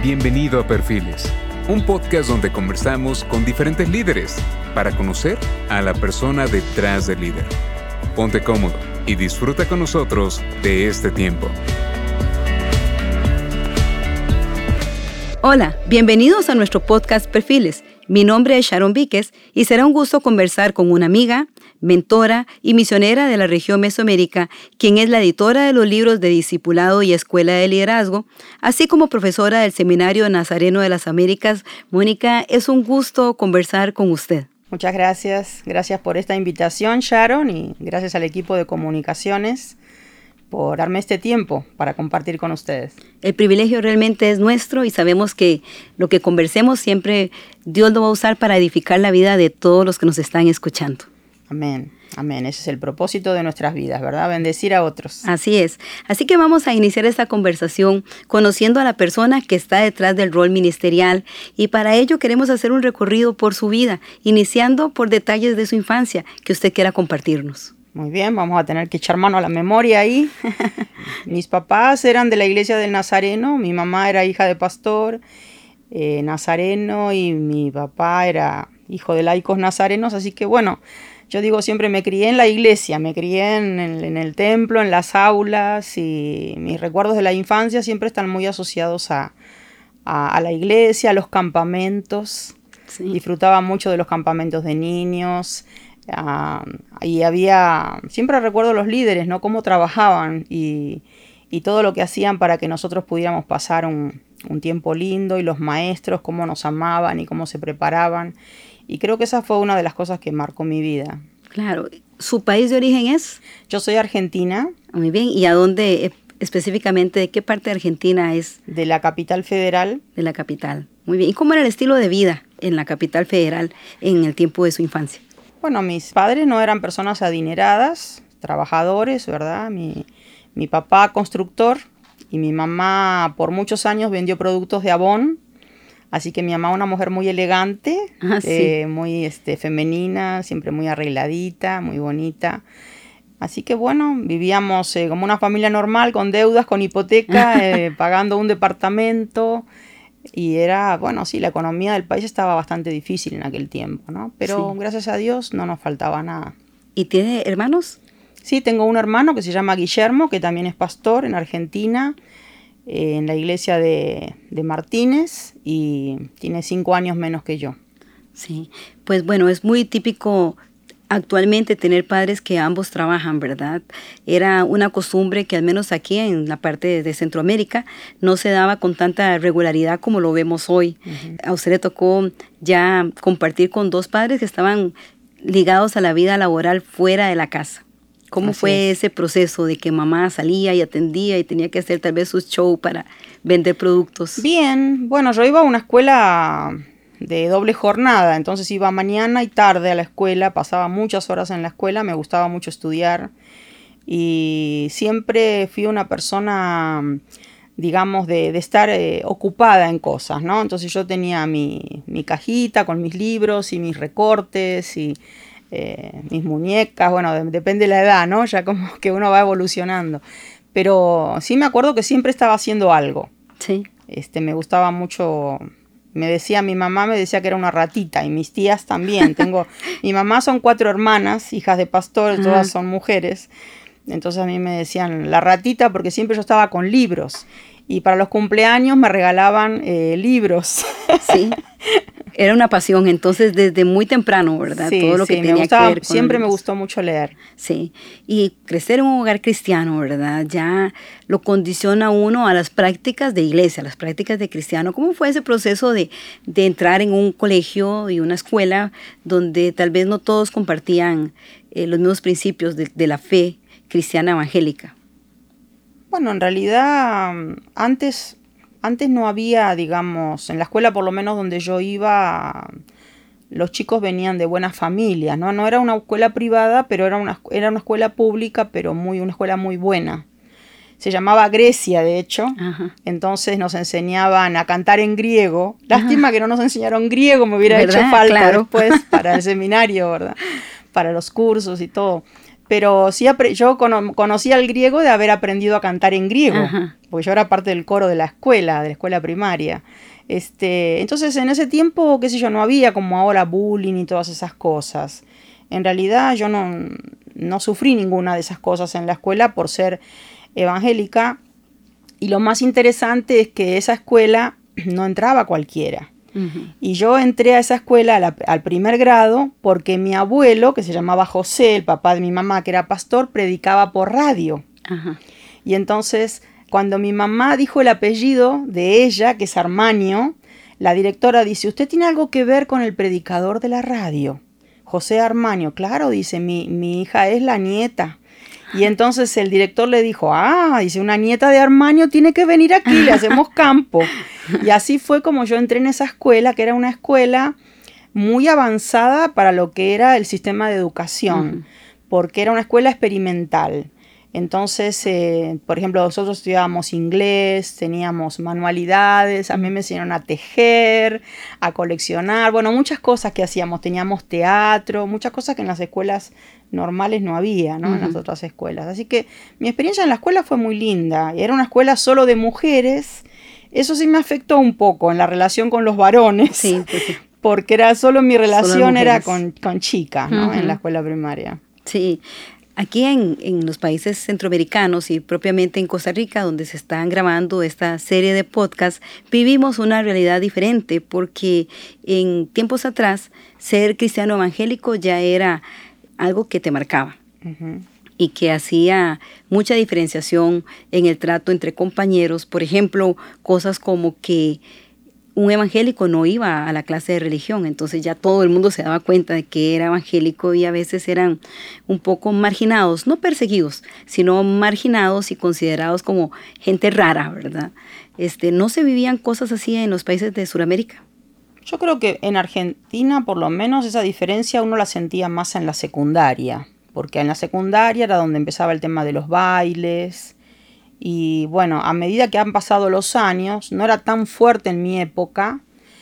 Bienvenido a Perfiles, un podcast donde conversamos con diferentes líderes para conocer a la persona detrás del líder. Ponte cómodo y disfruta con nosotros de este tiempo. Hola, bienvenidos a nuestro podcast Perfiles. Mi nombre es Sharon Víquez y será un gusto conversar con una amiga, mentora y misionera de la región Mesoamérica, quien es la editora de los libros de Discipulado y Escuela de Liderazgo, así como profesora del Seminario Nazareno de las Américas. Mónica, es un gusto conversar con usted. Muchas gracias. Gracias por esta invitación, Sharon, y gracias al equipo de comunicaciones por darme este tiempo para compartir con ustedes. El privilegio realmente es nuestro y sabemos que lo que conversemos siempre Dios lo va a usar para edificar la vida de todos los que nos están escuchando. Amén, amén. Ese es el propósito de nuestras vidas, ¿verdad? Bendecir a otros. Así es. Así que vamos a iniciar esta conversación conociendo a la persona que está detrás del rol ministerial y para ello queremos hacer un recorrido por su vida, iniciando por detalles de su infancia que usted quiera compartirnos. Muy bien, vamos a tener que echar mano a la memoria ahí. Mis papás eran de la iglesia del Nazareno, mi mamá era hija de pastor nazareno y mi papá era hijo de laicos nazarenos, así que bueno, yo digo siempre me crié en la iglesia, me crié en el templo, en las aulas y mis recuerdos de la infancia siempre están muy asociados a la iglesia, a los campamentos. Sí. Disfrutaba mucho de los campamentos de niños. Y siempre recuerdo los líderes, ¿no? Cómo trabajaban y todo lo que hacían para que nosotros pudiéramos pasar un tiempo lindo, y los maestros, cómo nos amaban y cómo se preparaban. Y creo que esa fue una de las cosas que marcó mi vida. Claro. ¿Su país de origen es? Yo soy argentina. Muy bien. ¿Y a dónde específicamente, de qué parte de Argentina es? De la capital federal. De la capital. Muy bien. ¿Y cómo era el estilo de vida en la capital federal en el tiempo de su infancia? Bueno, mis padres no eran personas adineradas, trabajadores, ¿verdad? Mi papá constructor y mi mamá por muchos años vendió productos de Avon. Así que mi mamá una mujer muy elegante, sí. Muy femenina, siempre muy arregladita, muy bonita. Así que bueno, vivíamos como una familia normal, con deudas, con hipoteca, pagando un departamento. Y era, bueno, sí, la economía del país estaba bastante difícil en aquel tiempo, ¿no? Pero sí, gracias a Dios no nos faltaba nada. ¿Y tiene hermanos? Sí, tengo un hermano que se llama Guillermo, que también es pastor en Argentina, en la iglesia de Martínez, y tiene 5 años menos que yo. Sí, pues bueno, es muy típico actualmente tener padres que ambos trabajan, ¿verdad? Era una costumbre que al menos aquí en la parte de Centroamérica no se daba con tanta regularidad como lo vemos hoy. Uh-huh. A usted le tocó ya compartir con 2 padres que estaban ligados a la vida laboral fuera de la casa. ¿Cómo fue ese proceso de que mamá salía y atendía y tenía que hacer tal vez sus show para vender productos? Bien, bueno, yo iba a una escuela de doble jornada, entonces iba mañana y tarde a la escuela, pasaba muchas horas en la escuela, me gustaba mucho estudiar y siempre fui una persona, digamos, de estar ocupada en cosas, ¿no? Entonces yo tenía mi cajita con mis libros y mis recortes y mis muñecas, bueno, depende de la edad, ¿no? Ya como que uno va evolucionando, pero sí me acuerdo que siempre estaba haciendo algo. Sí. Me gustaba mucho. Mi mamá me decía que era una ratita y mis tías también. Mi mamá son 4 hermanas, hijas de pastores, todas son mujeres. Entonces a mí me decían la ratita porque siempre yo estaba con libros. Y para los cumpleaños me regalaban libros. Sí, era una pasión entonces desde muy temprano, ¿verdad? Sí, todo lo que tenía gustaba, que ver con siempre me gustó mucho leer. Sí, y crecer en un hogar cristiano, ¿verdad? Ya lo condiciona uno a las prácticas de iglesia, a las prácticas de cristiano. ¿Cómo fue ese proceso de entrar en un colegio y una escuela donde tal vez no todos compartían los mismos principios de la fe cristiana evangélica? Bueno, en realidad antes no había, digamos, en la escuela por lo menos donde yo iba, los chicos venían de buenas familias, ¿no? No era una escuela privada, pero era una escuela pública, pero una escuela muy buena. Se llamaba Grecia, de hecho. Ajá. Entonces nos enseñaban a cantar en griego. Lástima que no nos enseñaron griego, me hubiera hecho falta después para el seminario, ¿verdad? Para los cursos y todo. Pero sí yo conocía el griego de haber aprendido a cantar en griego, Ajá. porque yo era parte del coro de la escuela primaria. Entonces en ese tiempo, qué sé yo, no había como ahora bullying y todas esas cosas. En realidad yo no sufrí ninguna de esas cosas en la escuela por ser evangélica. Y lo más interesante es que esa escuela no entraba cualquiera. Ujú. Y yo entré a esa escuela al primer grado porque mi abuelo, que se llamaba José, el papá de mi mamá, que era pastor, predicaba por radio. Ajá. Y entonces, cuando mi mamá dijo el apellido de ella, que es Armaño, la directora dice, ¿usted tiene algo que ver con el predicador de la radio? José Armaño. Claro, dice, mi hija es la nieta. Y entonces el director le dijo, dice, una nieta de Armaño tiene que venir aquí, le hacemos campo. Y así fue como yo entré en esa escuela, que era una escuela muy avanzada para lo que era el sistema de educación, porque era una escuela experimental. Entonces, por ejemplo, nosotros estudiábamos inglés, teníamos manualidades, a mí me enseñaron a tejer, a coleccionar, bueno, muchas cosas que hacíamos, teníamos teatro, muchas cosas que en las escuelas normales no había, ¿no? En las otras escuelas. Así que mi experiencia en la escuela fue muy linda. Era una escuela solo de mujeres. Eso sí me afectó un poco en la relación con los varones. Sí, pues sí. Porque era solo mi relación era mujeres. con chicas, ¿no? En la escuela primaria. Sí. Aquí en los países centroamericanos y propiamente en Costa Rica, donde se están grabando esta serie de podcasts, vivimos una realidad diferente porque en tiempos atrás ser cristiano evangélico ya era algo que te marcaba y que hacía mucha diferenciación en el trato entre compañeros. Por ejemplo, cosas como que un evangélico no iba a la clase de religión, entonces ya todo el mundo se daba cuenta de que era evangélico y a veces eran un poco marginados, no perseguidos, sino marginados y considerados como gente rara, ¿verdad? ¿No se vivían cosas así en los países de Sudamérica? Yo creo que en Argentina, por lo menos, esa diferencia uno la sentía más en la secundaria, porque en la secundaria era donde empezaba el tema de los bailes. Y bueno, a medida que han pasado los años, no era tan fuerte en mi época,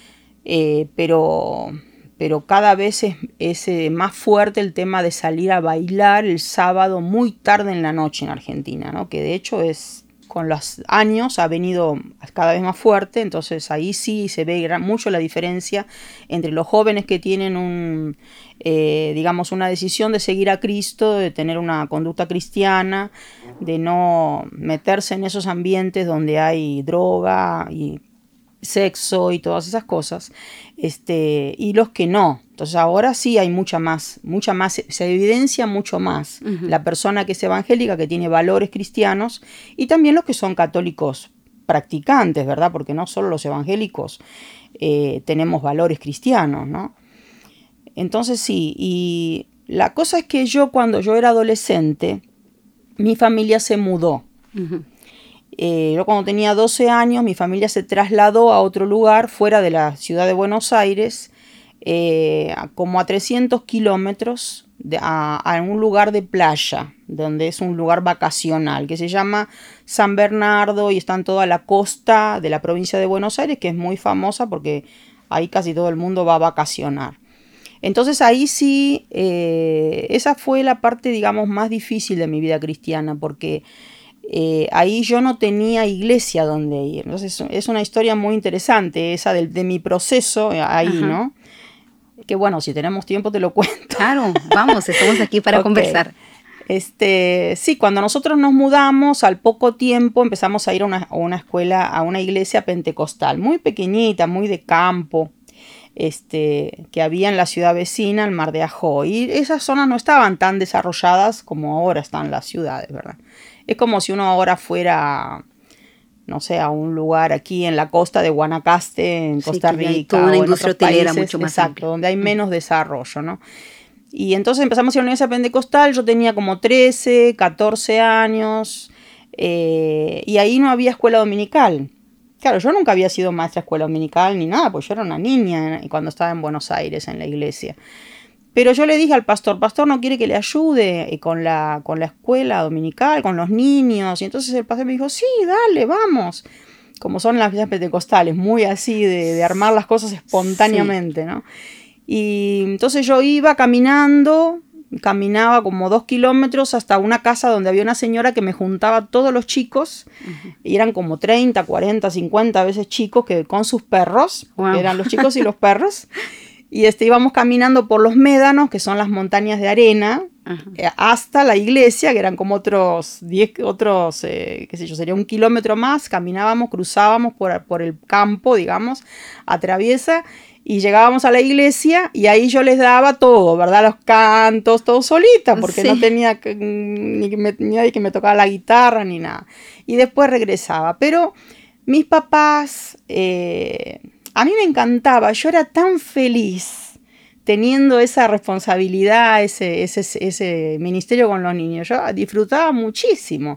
pero cada vez es más fuerte el tema de salir a bailar el sábado muy tarde en la noche en Argentina, ¿no? Que de hecho con los años ha venido cada vez más fuerte, entonces ahí sí se ve mucho la diferencia entre los jóvenes que tienen digamos, una decisión de seguir a Cristo, de tener una conducta cristiana, de no meterse en esos ambientes donde hay droga y sexo y todas esas cosas, y los que no. Entonces ahora sí hay mucha más, se evidencia mucho más la persona que es evangélica, que tiene valores cristianos, y también los que son católicos practicantes, ¿verdad? Porque no solo los evangélicos tenemos valores cristianos, ¿no? Entonces sí, y la cosa es que cuando yo era adolescente, mi familia se mudó. Yo cuando tenía 12 años, mi familia se trasladó a otro lugar fuera de la ciudad de Buenos Aires, como a 300 kilómetros a un lugar de playa, donde es un lugar vacacional, que se llama San Bernardo y está en toda la costa de la provincia de Buenos Aires, que es muy famosa porque ahí casi todo el mundo va a vacacionar. Entonces ahí sí, esa fue la parte, digamos, más difícil de mi vida cristiana, porque ahí yo no tenía iglesia donde ir. Entonces es una historia muy interesante esa de mi proceso ahí, ¿no? Que bueno, si tenemos tiempo te lo cuento. Claro, vamos, estamos aquí para conversar. Sí, cuando nosotros nos mudamos, al poco tiempo empezamos a ir a una escuela, a una iglesia pentecostal, muy pequeñita, muy de campo, que había en la ciudad vecina, el Mar de Ajó. Y esas zonas no estaban tan desarrolladas como ahora están las ciudades, ¿verdad? Es como si uno ahora fuera, no sé, a un lugar aquí en la costa de Guanacaste, en Costa Rica, toda una o en industria otros hotelera países, mucho más exacto, amplia. donde hay menos desarrollo, ¿no? Y entonces empezamos a ir a una iglesia pentecostal, yo tenía como 13, 14 años, y ahí no había escuela dominical. Claro, yo nunca había sido maestra de escuela dominical ni nada, porque yo era una niña cuando estaba en Buenos Aires, en la iglesia. Pero yo le dije al pastor no quiere que le ayude con la escuela dominical, con los niños. Y entonces el pastor me dijo, sí, dale, vamos. Como son las iglesias pentecostales, muy así de armar las cosas espontáneamente, ¿no? Y entonces yo iba caminando caminaba como 2 kilómetros hasta una casa donde había una señora que me juntaba todos los chicos, y eran como 30, 40, 50 a veces chicos que con sus perros, Wow. eran los chicos y los perros, y íbamos caminando por los médanos, que son las montañas de arena, hasta la iglesia, que eran como otros 10, qué sé yo, sería 1 kilómetro más, caminábamos, cruzábamos por el campo, digamos, atraviesa, y llegábamos a la iglesia y ahí yo les daba todo, ¿verdad? Los cantos, todo solita, porque Sí. no tenía nadie que me tocara la guitarra ni nada. Y después regresaba. Pero mis papás, a mí me encantaba, yo era tan feliz teniendo esa responsabilidad, ese ministerio con los niños. Yo disfrutaba muchísimo.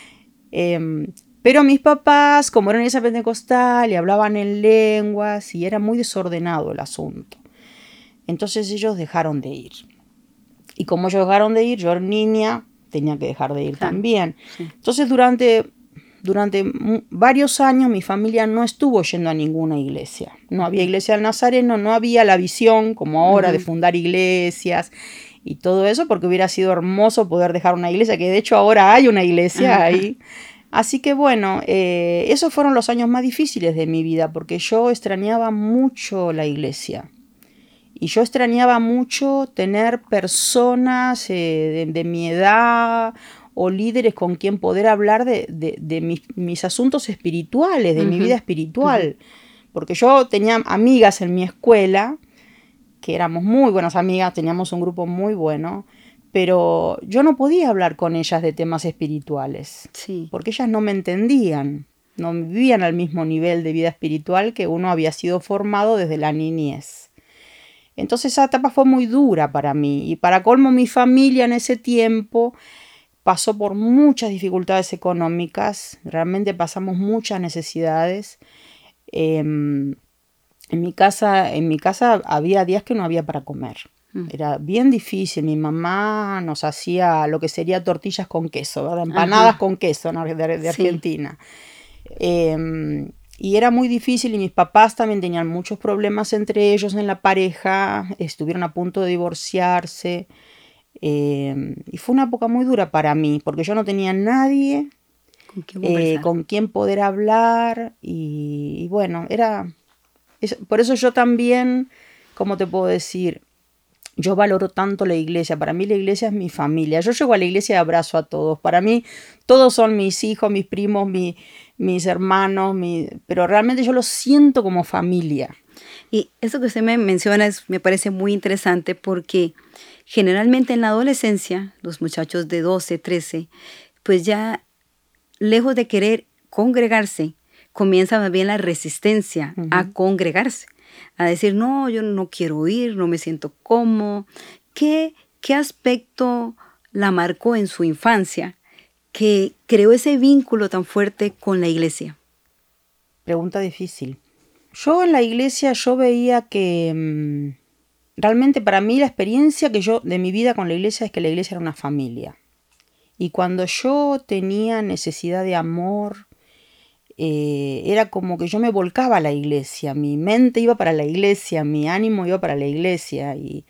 Pero mis papás, como eran iglesia pentecostal y hablaban en lenguas, y era muy desordenado el asunto. Entonces ellos dejaron de ir. Y como ellos dejaron de ir, yo era niña, tenía que dejar de ir también. Sí. Entonces durante varios años mi familia no estuvo yendo a ninguna iglesia. No había iglesia del Nazareno, no había la visión como ahora de fundar iglesias y todo eso, porque hubiera sido hermoso poder dejar una iglesia, que de hecho ahora hay una iglesia ahí. Así que bueno, esos fueron los años más difíciles de mi vida, porque yo extrañaba mucho la iglesia. Y yo extrañaba mucho tener personas de mi edad o líderes con quien poder hablar de mis asuntos espirituales, de mi vida espiritual. Porque yo tenía amigas en mi escuela, que éramos muy buenas amigas, teníamos un grupo muy bueno, pero yo no podía hablar con ellas de temas espirituales, Sí. porque ellas no me entendían, no vivían al mismo nivel de vida espiritual que uno había sido formado desde la niñez. Entonces esa etapa fue muy dura para mí, y para colmo mi familia en ese tiempo pasó por muchas dificultades económicas, realmente pasamos muchas necesidades. En mi casa había días que no había para comer. Era bien difícil. Mi mamá nos hacía lo que sería tortillas con queso, ¿verdad? Empanadas con queso, ¿no? de Argentina. Y era muy difícil, y mis papás también tenían muchos problemas entre ellos en la pareja, estuvieron a punto de divorciarse. Y fue una época muy dura para mí, porque yo no tenía nadie con quien poder hablar, y bueno, por eso yo también, ¿cómo te puedo decir? Yo valoro tanto la iglesia. Para mí la iglesia es mi familia. Yo llego a la iglesia y abrazo a todos. Para mí todos son mis hijos, mis primos, mis hermanos, pero realmente yo los siento como familia. Y eso que usted me menciona me parece muy interesante, porque generalmente en la adolescencia, los muchachos de 12, 13, pues ya lejos de querer congregarse, comienza más bien la resistencia a congregarse, a decir, no, yo no quiero ir, no me siento cómodo. ¿Qué aspecto la marcó en su infancia que creó ese vínculo tan fuerte con la iglesia? Pregunta difícil. Yo en la iglesia yo veía que realmente para mí la experiencia de mi vida con la iglesia es que la iglesia era una familia. Y cuando yo tenía necesidad de amor, era como que yo me volcaba a la iglesia, mi mente iba para la iglesia, mi ánimo iba para la iglesia. Y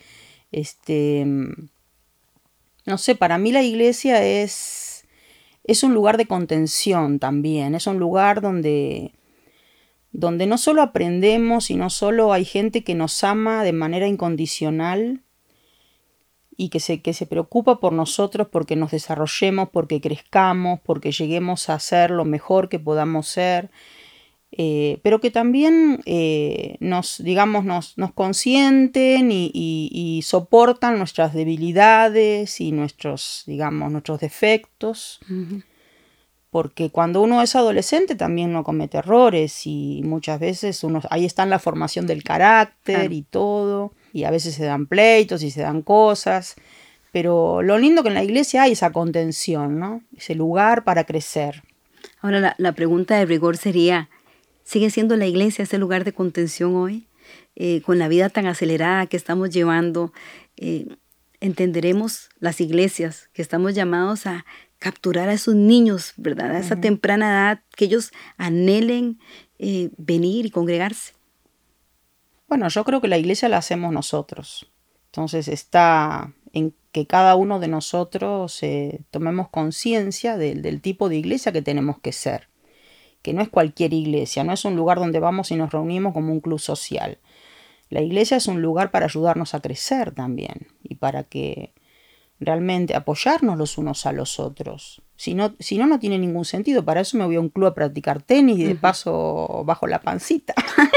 no sé, para mí la iglesia es un lugar de contención también, es un lugar donde no solo aprendemos y no solo hay gente que nos ama de manera incondicional y que se preocupa por nosotros, porque nos desarrollemos, porque crezcamos, porque lleguemos a ser lo mejor que podamos ser, pero que también nos consienten y soportan nuestras debilidades y nuestros defectos. Porque cuando uno es adolescente también uno comete errores, y muchas veces ahí está en la formación del carácter y todo, y a veces se dan pleitos y se dan cosas, pero lo lindo que en la iglesia hay esa contención, ¿no? Ese lugar para crecer. Ahora la pregunta de rigor sería, ¿sigue siendo la iglesia ese lugar de contención hoy? Con la vida tan acelerada que estamos llevando, entenderemos las iglesias que estamos llamados a capturar a esos niños, ¿verdad? A esa temprana edad, que ellos anhelen venir y congregarse. Bueno, yo creo que la iglesia la hacemos nosotros. Entonces está en que cada uno de nosotros tomemos conciencia del tipo de iglesia que tenemos que ser. Que no es cualquier iglesia, no es un lugar donde vamos y nos reunimos como un club social. La iglesia es un lugar para ayudarnos a crecer también y para que realmente apoyarnos los unos a los otros. Si no, no tiene ningún sentido. Para eso me voy a un club a practicar tenis y de paso bajo la pancita.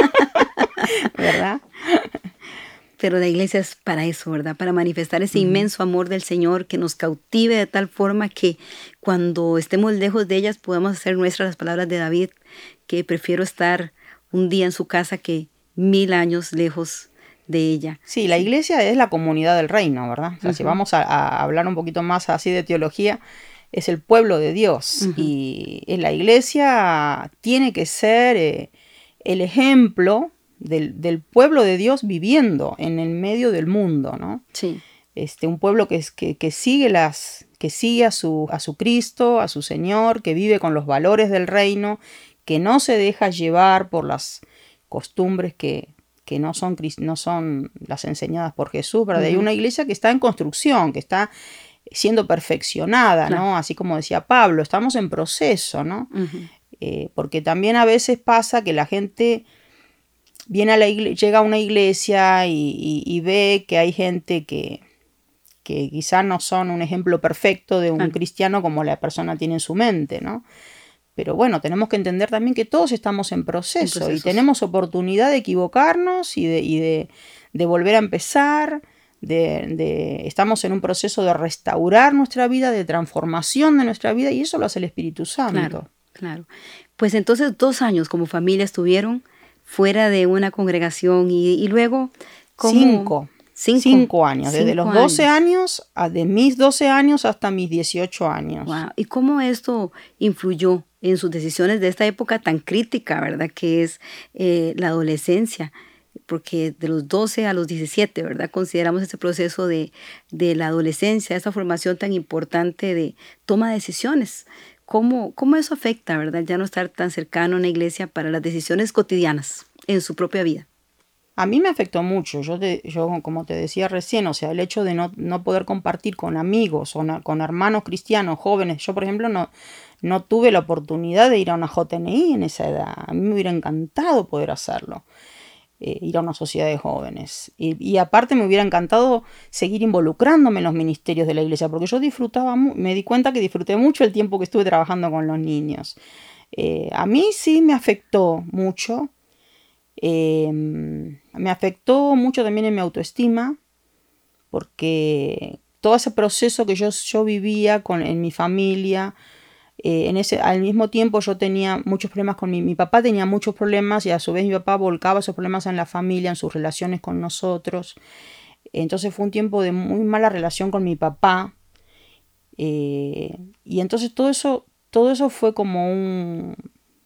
¿Verdad? Pero la iglesia es para eso, ¿verdad? Para manifestar ese inmenso amor del Señor que nos cautive de tal forma que cuando estemos lejos de ellas podamos hacer nuestras las palabras de David, que prefiero estar un día en su casa que 1000 años lejos de ella. Sí, la iglesia es la comunidad del reino, ¿verdad? O sea, si vamos a hablar un poquito más así de teología, es el pueblo de Dios. Y la iglesia tiene que ser el ejemplo del pueblo de Dios viviendo en el medio del mundo, ¿no? Sí. Un pueblo que sigue a su Cristo, a su Señor, que vive con los valores del reino, que no se deja llevar por las costumbres que no son las enseñadas por Jesús, ¿verdad? Hay una iglesia que está en construcción, que está siendo perfeccionada, claro, ¿no? Así como decía Pablo, estamos en proceso, ¿no? Porque también a veces pasa que la gente llega a una iglesia y ve que hay gente que quizás no son un ejemplo perfecto de un cristiano como la persona tiene en su mente, ¿no? Pero bueno, tenemos que entender también que todos estamos en proceso y tenemos oportunidad de equivocarnos y de volver a empezar. Estamos en un proceso de restaurar nuestra vida, de transformación de nuestra vida, y eso lo hace el Espíritu Santo. Claro, claro. Pues entonces 2 años como familia estuvieron fuera de una congregación y luego... ¿cómo? 5 años, desde los 12 años, de mis 12 años hasta mis 18 años. Wow. ¿Y cómo esto influyó en sus decisiones de esta época tan crítica, verdad, que es la adolescencia? Porque de los 12 a los 17, ¿verdad? Consideramos ese proceso de la adolescencia, esa formación tan importante de toma de decisiones. ¿Cómo eso afecta, verdad? Ya no estar tan cercano a una iglesia para las decisiones cotidianas en su propia vida. A mí me afectó mucho. Yo como te decía recién, o sea, el hecho de no poder compartir con amigos o con hermanos cristianos jóvenes. Yo, por ejemplo, no tuve la oportunidad de ir a una JNI en esa edad. A mí me hubiera encantado poder hacerlo. Ir a una sociedad de jóvenes. Y aparte me hubiera encantado seguir involucrándome en los ministerios de la iglesia, porque yo me di cuenta que disfruté mucho el tiempo que estuve trabajando con los niños. A mí sí me afectó mucho. Me afectó mucho también en mi autoestima, porque todo ese proceso que yo vivía en mi familia, al mismo tiempo yo tenía muchos problemas con mi papá tenía muchos problemas y a su vez mi papá volcaba esos problemas en la familia, en sus relaciones con nosotros. Entonces fue un tiempo de muy mala relación con mi papá, y entonces todo eso fue como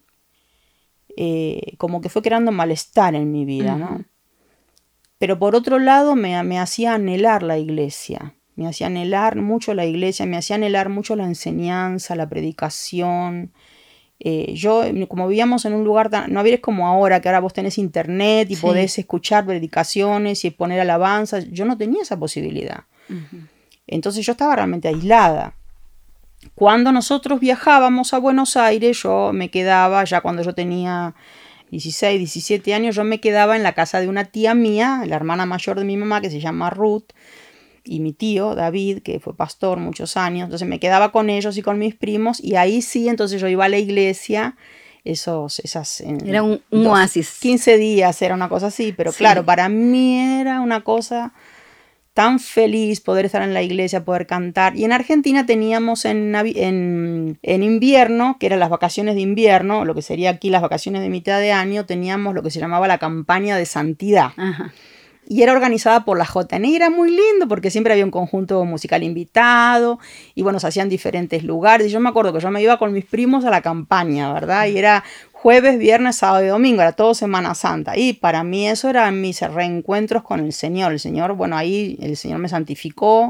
como que fue creando malestar en mi vida, ¿no? Pero por otro lado me hacía anhelar la iglesia. Me hacía anhelar mucho la iglesia, me hacía anhelar mucho la enseñanza, la predicación. Yo, como vivíamos en un lugar no había como ahora, que ahora vos tenés internet y podés escuchar predicaciones y poner alabanzas. Yo no tenía esa posibilidad. Entonces yo estaba realmente aislada. Cuando nosotros viajábamos a Buenos Aires, yo me quedaba, ya cuando yo tenía 16, 17 años, yo me quedaba en la casa de una tía mía, la hermana mayor de mi mamá, que se llama Ruth, y mi tío, David, que fue pastor muchos años. Entonces me quedaba con ellos y con mis primos, y ahí sí, entonces yo iba a la iglesia, era un oasis. 15 días, era una cosa así, pero claro, para mí era una cosa tan feliz poder estar en la iglesia, poder cantar. Y en Argentina teníamos en invierno, que eran las vacaciones de invierno, lo que sería aquí las vacaciones de mitad de año, teníamos lo que se llamaba la campaña de santidad. Ajá. Y era organizada por la JNI, era muy lindo porque siempre había un conjunto musical invitado y bueno, se hacían diferentes lugares. Y yo me acuerdo que yo me iba con mis primos a la campaña, ¿verdad? Y era jueves, viernes, sábado y domingo, era todo Semana Santa. Y para mí eso eran mis reencuentros con el Señor. El Señor, bueno, ahí el Señor me santificó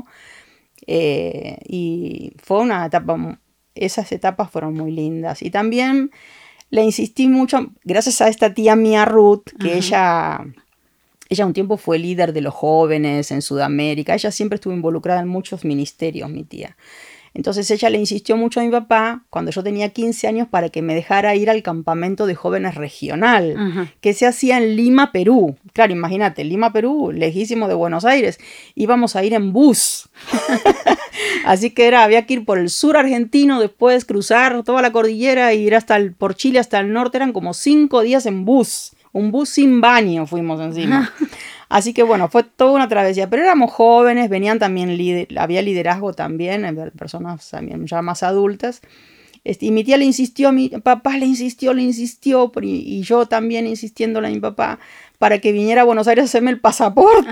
y fue una etapa, esas etapas fueron muy lindas. Y también le insistí mucho, gracias a esta tía mía Ruth, que ella Ella un tiempo fue líder de los jóvenes en Sudamérica. Ella siempre estuvo involucrada en muchos ministerios, mi tía. Entonces ella le insistió mucho a mi papá cuando yo tenía 15 años para que me dejara ir al campamento de jóvenes regional, que se hacía en Lima, Perú. Claro, imagínate, Lima, Perú, lejísimo de Buenos Aires. Íbamos a ir en bus. Así que había que ir por el sur argentino, después cruzar toda la cordillera y ir por Chile hasta el norte. Eran como 5 días en bus. Un bus sin baño fuimos encima. Así que bueno, fue toda una travesía. Pero éramos jóvenes, venían también, había liderazgo también, personas también ya más adultas. Y mi tía le insistió, mi papá le insistió, y yo también insistiéndole a mi papá para que viniera a Buenos Aires a hacerme el pasaporte.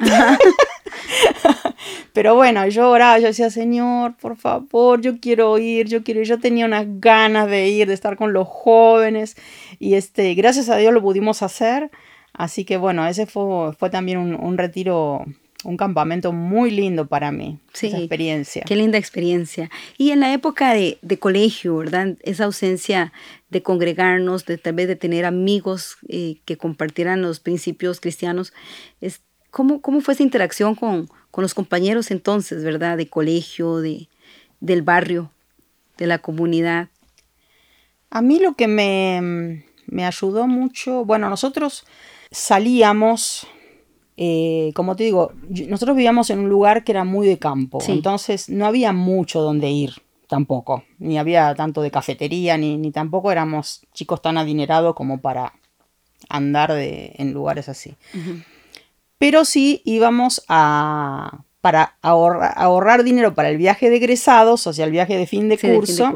Pero bueno, yo oraba, yo decía, Señor, por favor, yo quiero ir. Yo tenía unas ganas de ir, de estar con los jóvenes, y gracias a Dios lo pudimos hacer. Así que bueno, ese fue también un retiro, un campamento muy lindo para mí, sí, esa experiencia. Qué linda experiencia. Y en la época de colegio, ¿verdad? Esa ausencia de congregarnos, tal vez de tener amigos que compartieran los principios cristianos, ¿cómo fue esa interacción con los compañeros entonces, ¿verdad? De colegio, del barrio, de la comunidad. A mí lo que me ayudó mucho, bueno, nosotros salíamos, como te digo, nosotros vivíamos en un lugar que era muy de campo, sí. Entonces no había mucho donde ir tampoco, ni había tanto de cafetería, ni tampoco éramos chicos tan adinerados como para andar en lugares así. Uh-huh. Pero sí íbamos para ahorrar dinero para el viaje de egresados, o sea, el viaje de fin de curso.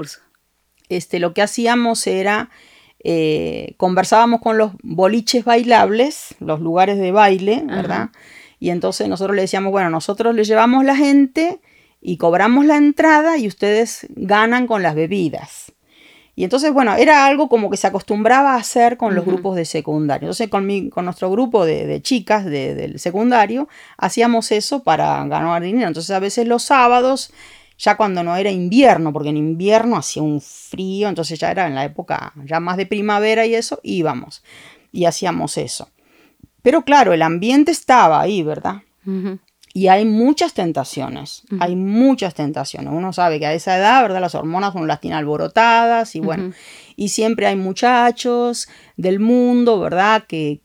Lo que hacíamos era, conversábamos con los boliches bailables, los lugares de baile, ¿verdad? Uh-huh. Y entonces nosotros le decíamos, bueno, nosotros le llevamos la gente y cobramos la entrada y ustedes ganan con las bebidas. Y entonces, bueno, era algo como que se acostumbraba a hacer con los grupos de secundario. Entonces, con nuestro grupo de chicas del secundario, hacíamos eso para ganar dinero. Entonces, a veces los sábados, ya cuando no era invierno, porque en invierno hacía un frío, entonces ya era en la época ya más de primavera y eso, íbamos y hacíamos eso. Pero claro, el ambiente estaba ahí, ¿verdad? Uh-huh. Y hay muchas tentaciones, hay muchas tentaciones. Uno sabe que a esa edad, ¿verdad? Las hormonas uno las tiene alborotadas y bueno, y siempre hay muchachos del mundo, ¿verdad? Que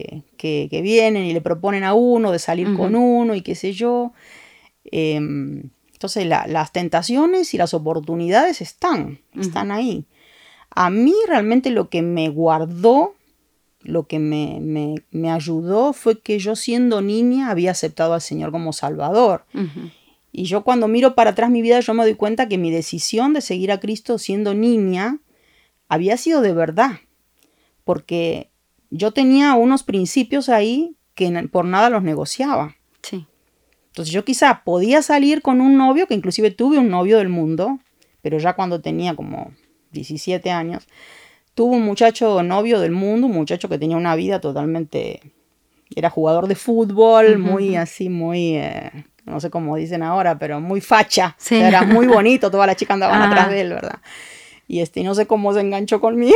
vienen y le proponen a uno de salir con uno y qué sé yo. Entonces las tentaciones y las oportunidades están ahí. A mí realmente lo que me guardó, lo que me ayudó fue que yo siendo niña había aceptado al Señor como Salvador. Uh-huh. Y yo cuando miro para atrás mi vida, yo me doy cuenta que mi decisión de seguir a Cristo siendo niña había sido de verdad. Porque yo tenía unos principios ahí que por nada los negociaba. Sí. Entonces yo quizá podía salir con un novio, que inclusive tuve un novio del mundo, pero ya cuando tenía como 17 años... Tuvo un muchacho novio del mundo, un muchacho que tenía una vida totalmente... Era jugador de fútbol, muy así, muy... no sé cómo dicen ahora, pero muy facha. Sí. O sea, era muy bonito, todas las chicas andaban atrás de él, ¿verdad? Y no sé cómo se enganchó conmigo.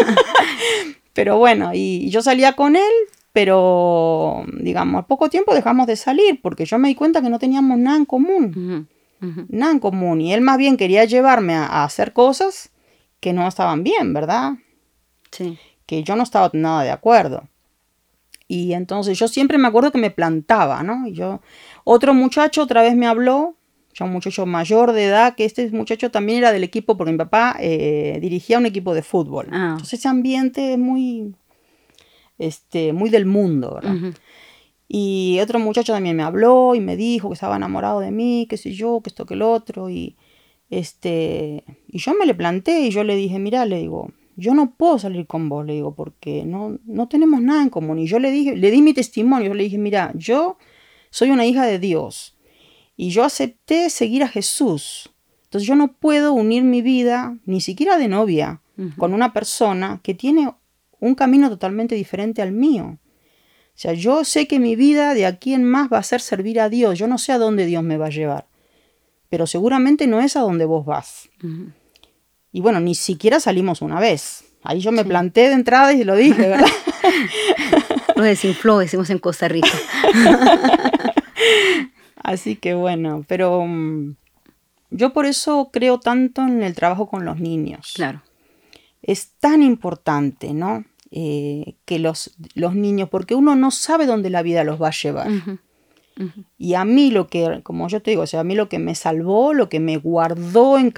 Pero bueno, y yo salía con él, pero, digamos, a poco tiempo dejamos de salir, porque yo me di cuenta que no teníamos nada en común. Nada en común. Y él más bien quería llevarme a hacer cosas que no estaban bien, ¿verdad? Sí. Que yo no estaba nada de acuerdo. Y entonces yo siempre me acuerdo que me plantaba, ¿no? Y otro muchacho otra vez me habló, ya un muchacho mayor de edad, que este muchacho también era del equipo, porque mi papá dirigía un equipo de fútbol. Ah. Entonces ese ambiente es muy del mundo, ¿verdad? Uh-huh. Y otro muchacho también me habló y me dijo que estaba enamorado de mí, qué sé yo, que esto, que el otro. Y yo me le planté y yo le dije, mira, le digo, yo no puedo salir con vos, le digo, porque no tenemos nada en común. Y yo le di mi testimonio, yo le dije, mira, yo soy una hija de Dios y yo acepté seguir a Jesús. Entonces yo no puedo unir mi vida, ni siquiera de novia, con una persona que tiene un camino totalmente diferente al mío. O sea, yo sé que mi vida de aquí en más va a ser servir a Dios. Yo no sé a dónde Dios me va a llevar, pero seguramente no es a donde vos vas. Uh-huh. Y bueno, ni siquiera salimos una vez. Ahí yo me planté de entrada y lo dije, ¿verdad? Lo desinfló, decimos en Costa Rica. Así que bueno, pero yo por eso creo tanto en el trabajo con los niños. Claro. Es tan importante, ¿no? Que los niños, porque uno no sabe dónde la vida los va a llevar. Ujú, ujú. Y a mí lo que, como yo te digo, o sea, a mí lo que me salvó, lo que me guardó en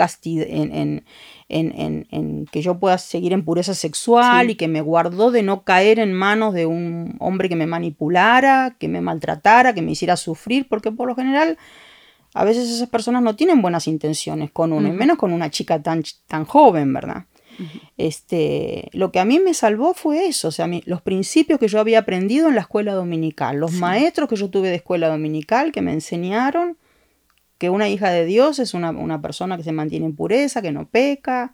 que yo pueda seguir en pureza sexual, Sí. y que me guardó de no caer en manos de un hombre que me manipulara, que me maltratara, que me hiciera sufrir, porque por lo general a veces esas personas no tienen buenas intenciones con uno, y Ujú. menos con una chica tan joven, ¿verdad? Lo que a mí me salvó fue eso, o sea, los principios que yo había aprendido en la escuela dominical, los Sí. maestros que yo tuve de escuela dominical que me enseñaron que una hija de Dios es una persona que se mantiene en pureza, que no peca,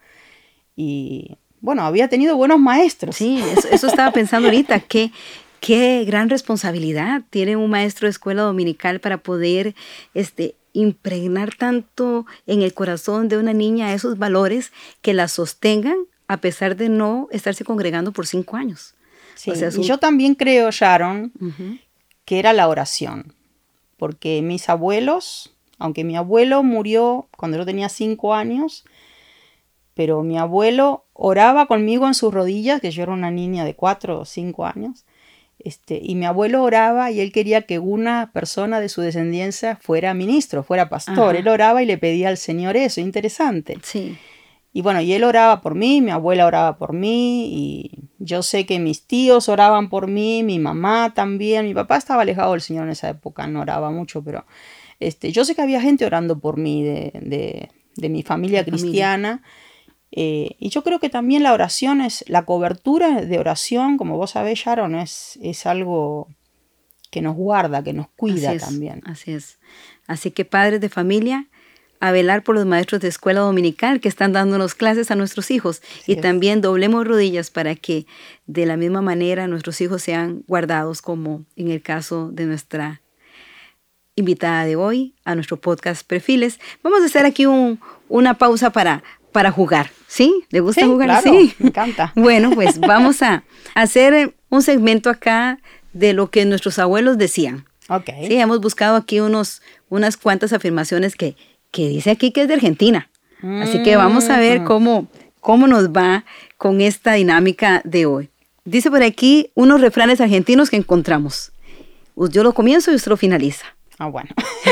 y bueno, había tenido buenos maestros. Sí, eso estaba pensando ahorita. Qué gran responsabilidad tiene un maestro de escuela dominical para poder impregnar tanto en el corazón de una niña esos valores que la sostengan a pesar de no estarse congregando por 5 años. Sí, O sea, y yo también creo, Sharon, Ujú. que era la oración, porque mis abuelos, aunque mi abuelo murió cuando yo tenía 5 años, pero mi abuelo oraba conmigo en sus rodillas, que yo era una niña de 4 o 5 años, y mi abuelo oraba y él quería que una persona de su descendencia fuera ministro, fuera pastor. Ajá. Él oraba y le pedía al Señor eso, interesante. Sí. Y bueno, y él oraba por mí, mi abuela oraba por mí, y yo sé que mis tíos oraban por mí, mi mamá también. Mi papá estaba alejado del Señor en esa época, no oraba mucho, pero yo sé que había gente orando por mí de mi familia cristiana. Y yo creo que también la oración la cobertura de oración, como vos sabés, Sharon, es algo que nos guarda, que nos cuida Así es, también. Así es. Así que padres de familia, a velar por los maestros de escuela dominical que están dándonos clases a nuestros hijos. Así Y también doblemos rodillas para que de la misma manera nuestros hijos sean guardados, como en el caso de nuestra invitada de hoy a nuestro podcast Perfiles. Vamos a hacer aquí una pausa para jugar. ¿Sí? ¿Le gusta jugar? Claro, Sí, me encanta. Bueno, pues vamos a hacer un segmento acá de lo que nuestros abuelos decían. Ok. Sí, hemos buscado aquí unas cuantas afirmaciones que dice aquí que es de Argentina. Así que vamos a ver cómo nos va con esta dinámica de hoy. Dice por aquí unos refranes argentinos que encontramos. Yo lo comienzo y usted lo finaliza. Ah, bueno.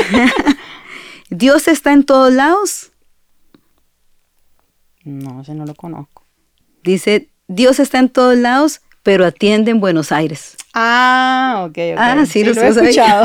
Dios está en todos lados. No, ese no lo conozco. Dice, Dios está en todos lados, pero atiende en Buenos Aires. Ah, ok. Ah, sí, lo he escuchado.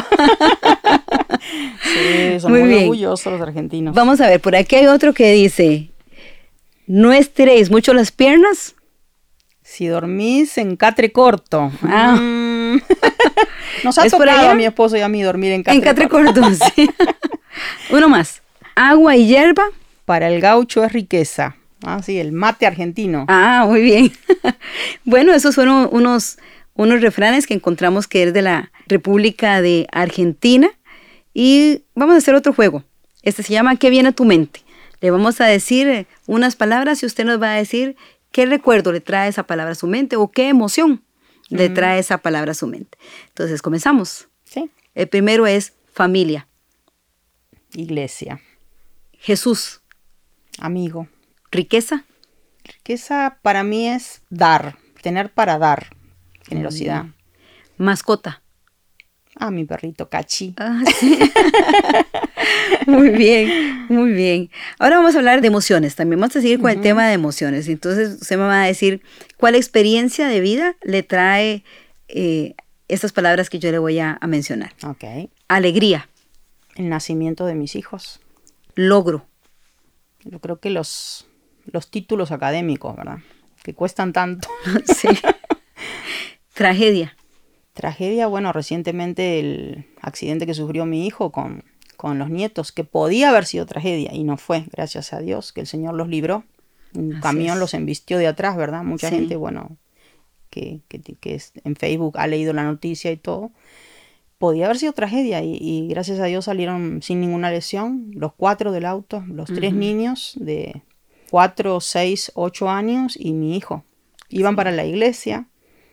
Sí, son muy muy bien. orgullosos los argentinos. Vamos a ver, por aquí hay otro que dice, no estiréis mucho las piernas. Si dormís en catre corto. Ah. Nos ha ¿Es por tocado allá? a mi esposo y a mí dormir en catre, En catre corto, sí. Uno más. Agua y hierba. Para el gaucho es riqueza. Ah, sí, el mate argentino. Ah, muy bien. Bueno, esos fueron unos refranes que encontramos que es de la República de Argentina. Y vamos a hacer otro juego. Este se llama ¿Qué viene a tu mente? Le vamos a decir unas palabras y usted nos va a decir qué recuerdo le trae esa palabra a su mente o qué emoción le trae esa palabra a su mente. Entonces, comenzamos. Sí. El primero es familia. Iglesia. Jesús. Amigo. Riqueza. Riqueza para mí es dar. Tener para dar. Generosidad. Mascota. Ah, mi perrito Cachi. Ah, sí. Muy bien, muy bien. Ahora vamos a hablar de emociones también. Vamos a seguir con el tema de emociones. Entonces, usted me va a decir cuál experiencia de vida le trae estas palabras que yo le voy a mencionar. Ok. Alegría. El nacimiento de mis hijos. Logro. Yo creo que los títulos académicos, ¿verdad? Que cuestan tanto. Sí. Tragedia. Tragedia, bueno, recientemente el accidente que sufrió mi hijo con los nietos, que podía haber sido tragedia y no fue, gracias a Dios, que el Señor los libró. Un Así camión es. los embistió de atrás, ¿verdad? Mucha Sí. gente, bueno, que en Facebook ha leído la noticia y todo. Podía haber sido tragedia y gracias a Dios salieron sin ninguna lesión. Los 4 del auto, los 3 niños de 4, 6, 8 años y mi hijo. Iban para la iglesia.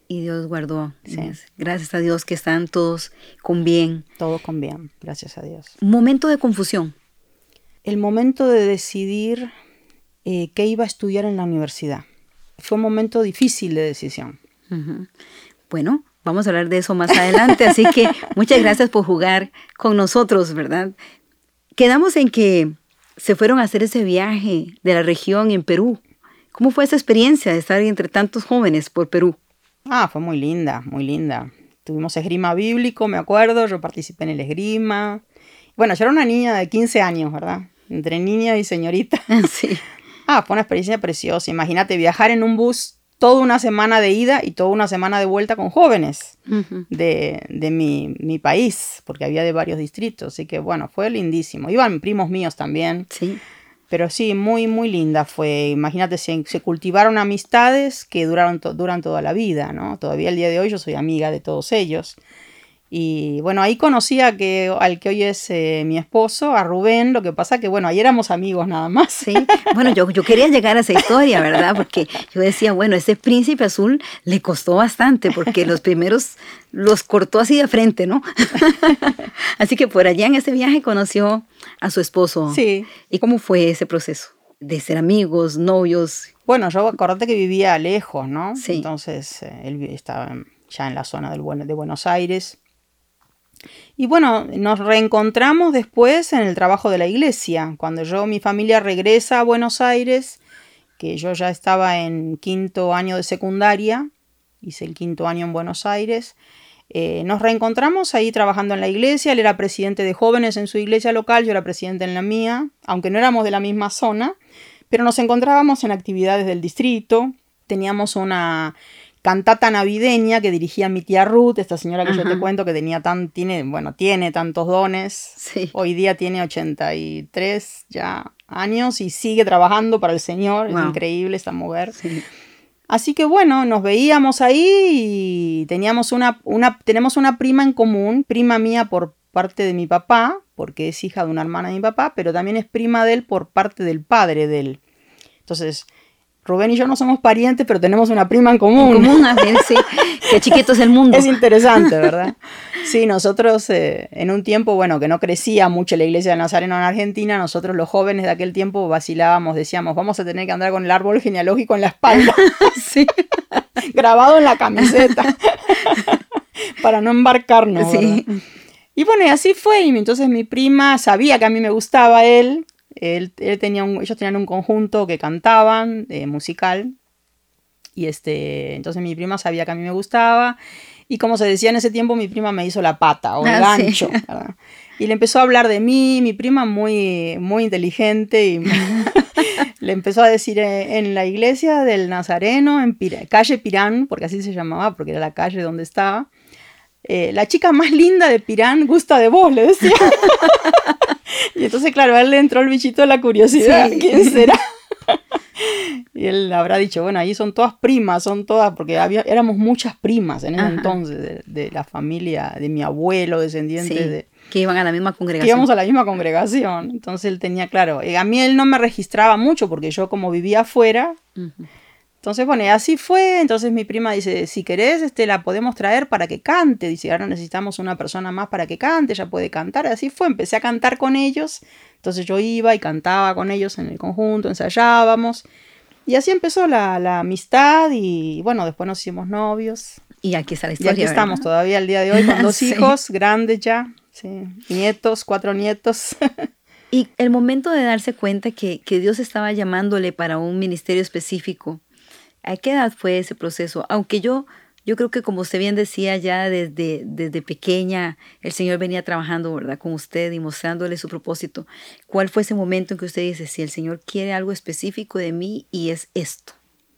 Y Dios guardó. Sí. Gracias a Dios que están todos con bien. Todo con bien, gracias a Dios. Momento de confusión. El momento de decidir qué iba a estudiar en la universidad. Fue un momento difícil de decisión. Uh-huh. Bueno, vamos a hablar de eso más adelante, así que muchas gracias por jugar con nosotros, ¿verdad? Quedamos en que se fueron a hacer ese viaje de la región en Perú. ¿Cómo fue esa experiencia de estar entre tantos jóvenes por Perú? Fue muy linda, muy linda. Tuvimos esgrima bíblico, me acuerdo, yo participé en el esgrima. Bueno, yo era una niña de 15 años, ¿verdad? Entre niña y señorita. Sí. Fue una experiencia preciosa. Imagínate viajar en un bus toda una semana de ida y toda una semana de vuelta con jóvenes de mi país, porque había de varios distritos. Así que bueno, fue lindísimo. Iban primos míos también. Sí. Pero sí, muy, muy linda fue. Imagínate, se cultivaron amistades que duran toda la vida, ¿no? Todavía el día de hoy yo soy amiga de todos ellos. Y bueno, ahí conocí al que hoy es mi esposo, a Rubén. Lo que pasa que, bueno, ahí éramos amigos nada más. Sí, bueno, yo quería llegar a esa historia, ¿verdad? Porque yo decía, bueno, ese príncipe azul le costó bastante porque los primeros los cortó así de frente, ¿no? Así que por allá en ese viaje conoció a su esposo. Sí. ¿Y cómo fue ese proceso de ser amigos, novios? Bueno, yo acordate que vivía lejos, ¿no? Sí. Entonces, él estaba ya en la zona de Buenos Aires. Y bueno, nos reencontramos después en el trabajo de la iglesia. Cuando mi familia regresa a Buenos Aires, que yo ya estaba en 5º año de secundaria, hice el 5º año en Buenos Aires, nos reencontramos ahí trabajando en la iglesia. Él era presidente de jóvenes en su iglesia local, yo era presidente en la mía, aunque no éramos de la misma zona, pero nos encontrábamos en actividades del distrito. Teníamos una cantata navideña que dirigía mi tía Ruth, esta señora que yo te cuento que tiene tantos dones. Sí. Hoy día tiene 83 ya años y sigue trabajando para el Señor. Wow. Es increíble esta mujer. Sí. Así que bueno, nos veíamos ahí y tenemos una prima en común, prima mía por parte de mi papá, porque es hija de una hermana de mi papá, pero también es prima de él por parte del padre de él. Entonces, Rubén y yo no somos parientes, pero tenemos una prima en común. En común, a ver, sí. Qué chiquito es el mundo. Es interesante, ¿verdad? Sí, nosotros en un tiempo, bueno, que no crecía mucho la iglesia de Nazareno en Argentina, nosotros los jóvenes de aquel tiempo vacilábamos, decíamos, vamos a tener que andar con el árbol genealógico en la espalda. Sí. Grabado en la camiseta. Para no embarcarnos, sí. ¿verdad? Y bueno, y así fue. Y entonces mi prima sabía que a mí me gustaba él. Ellos tenían un conjunto que cantaban, musical, y entonces mi prima sabía que a mí me gustaba, y como se decía en ese tiempo, mi prima me hizo la pata o el gancho, sí. Y le empezó a hablar de mí, mi prima muy, muy inteligente, y le empezó a decir en la iglesia del Nazareno, en calle Pirán, porque así se llamaba, porque era la calle donde estaba, la chica más linda de Pirán gusta de vos, le decía. Y entonces, claro, a él le entró el bichito de la curiosidad. Sí. ¿Quién será? Y él habrá dicho, bueno, ahí son todas primas, porque éramos muchas primas en ese entonces, de la familia de mi abuelo, descendientes sí, de... que iban a la misma congregación. Que íbamos a la misma congregación. Entonces él tenía, claro, a mí él no me registraba mucho, porque yo como vivía afuera... Entonces, bueno, y así fue. Entonces mi prima dice, si querés, la podemos traer para que cante. Dice, ahora necesitamos una persona más para que cante, ella puede cantar. Así fue, empecé a cantar con ellos. Entonces yo iba y cantaba con ellos en el conjunto, ensayábamos. Y así empezó la amistad y bueno, después nos hicimos novios. Y aquí está la historia, y aquí estamos todavía el día de hoy con 2 hijos grandes ya, sí, nietos, 4 nietos. Y el momento de darse cuenta que Dios estaba llamándole para un ministerio específico, ¿a qué edad fue ese proceso? Aunque yo creo que, como usted bien decía, ya desde pequeña el Señor venía trabajando, ¿verdad?, con usted y mostrándole su propósito. ¿Cuál fue ese momento en que usted dice, si el Señor quiere algo específico de mí y es esto?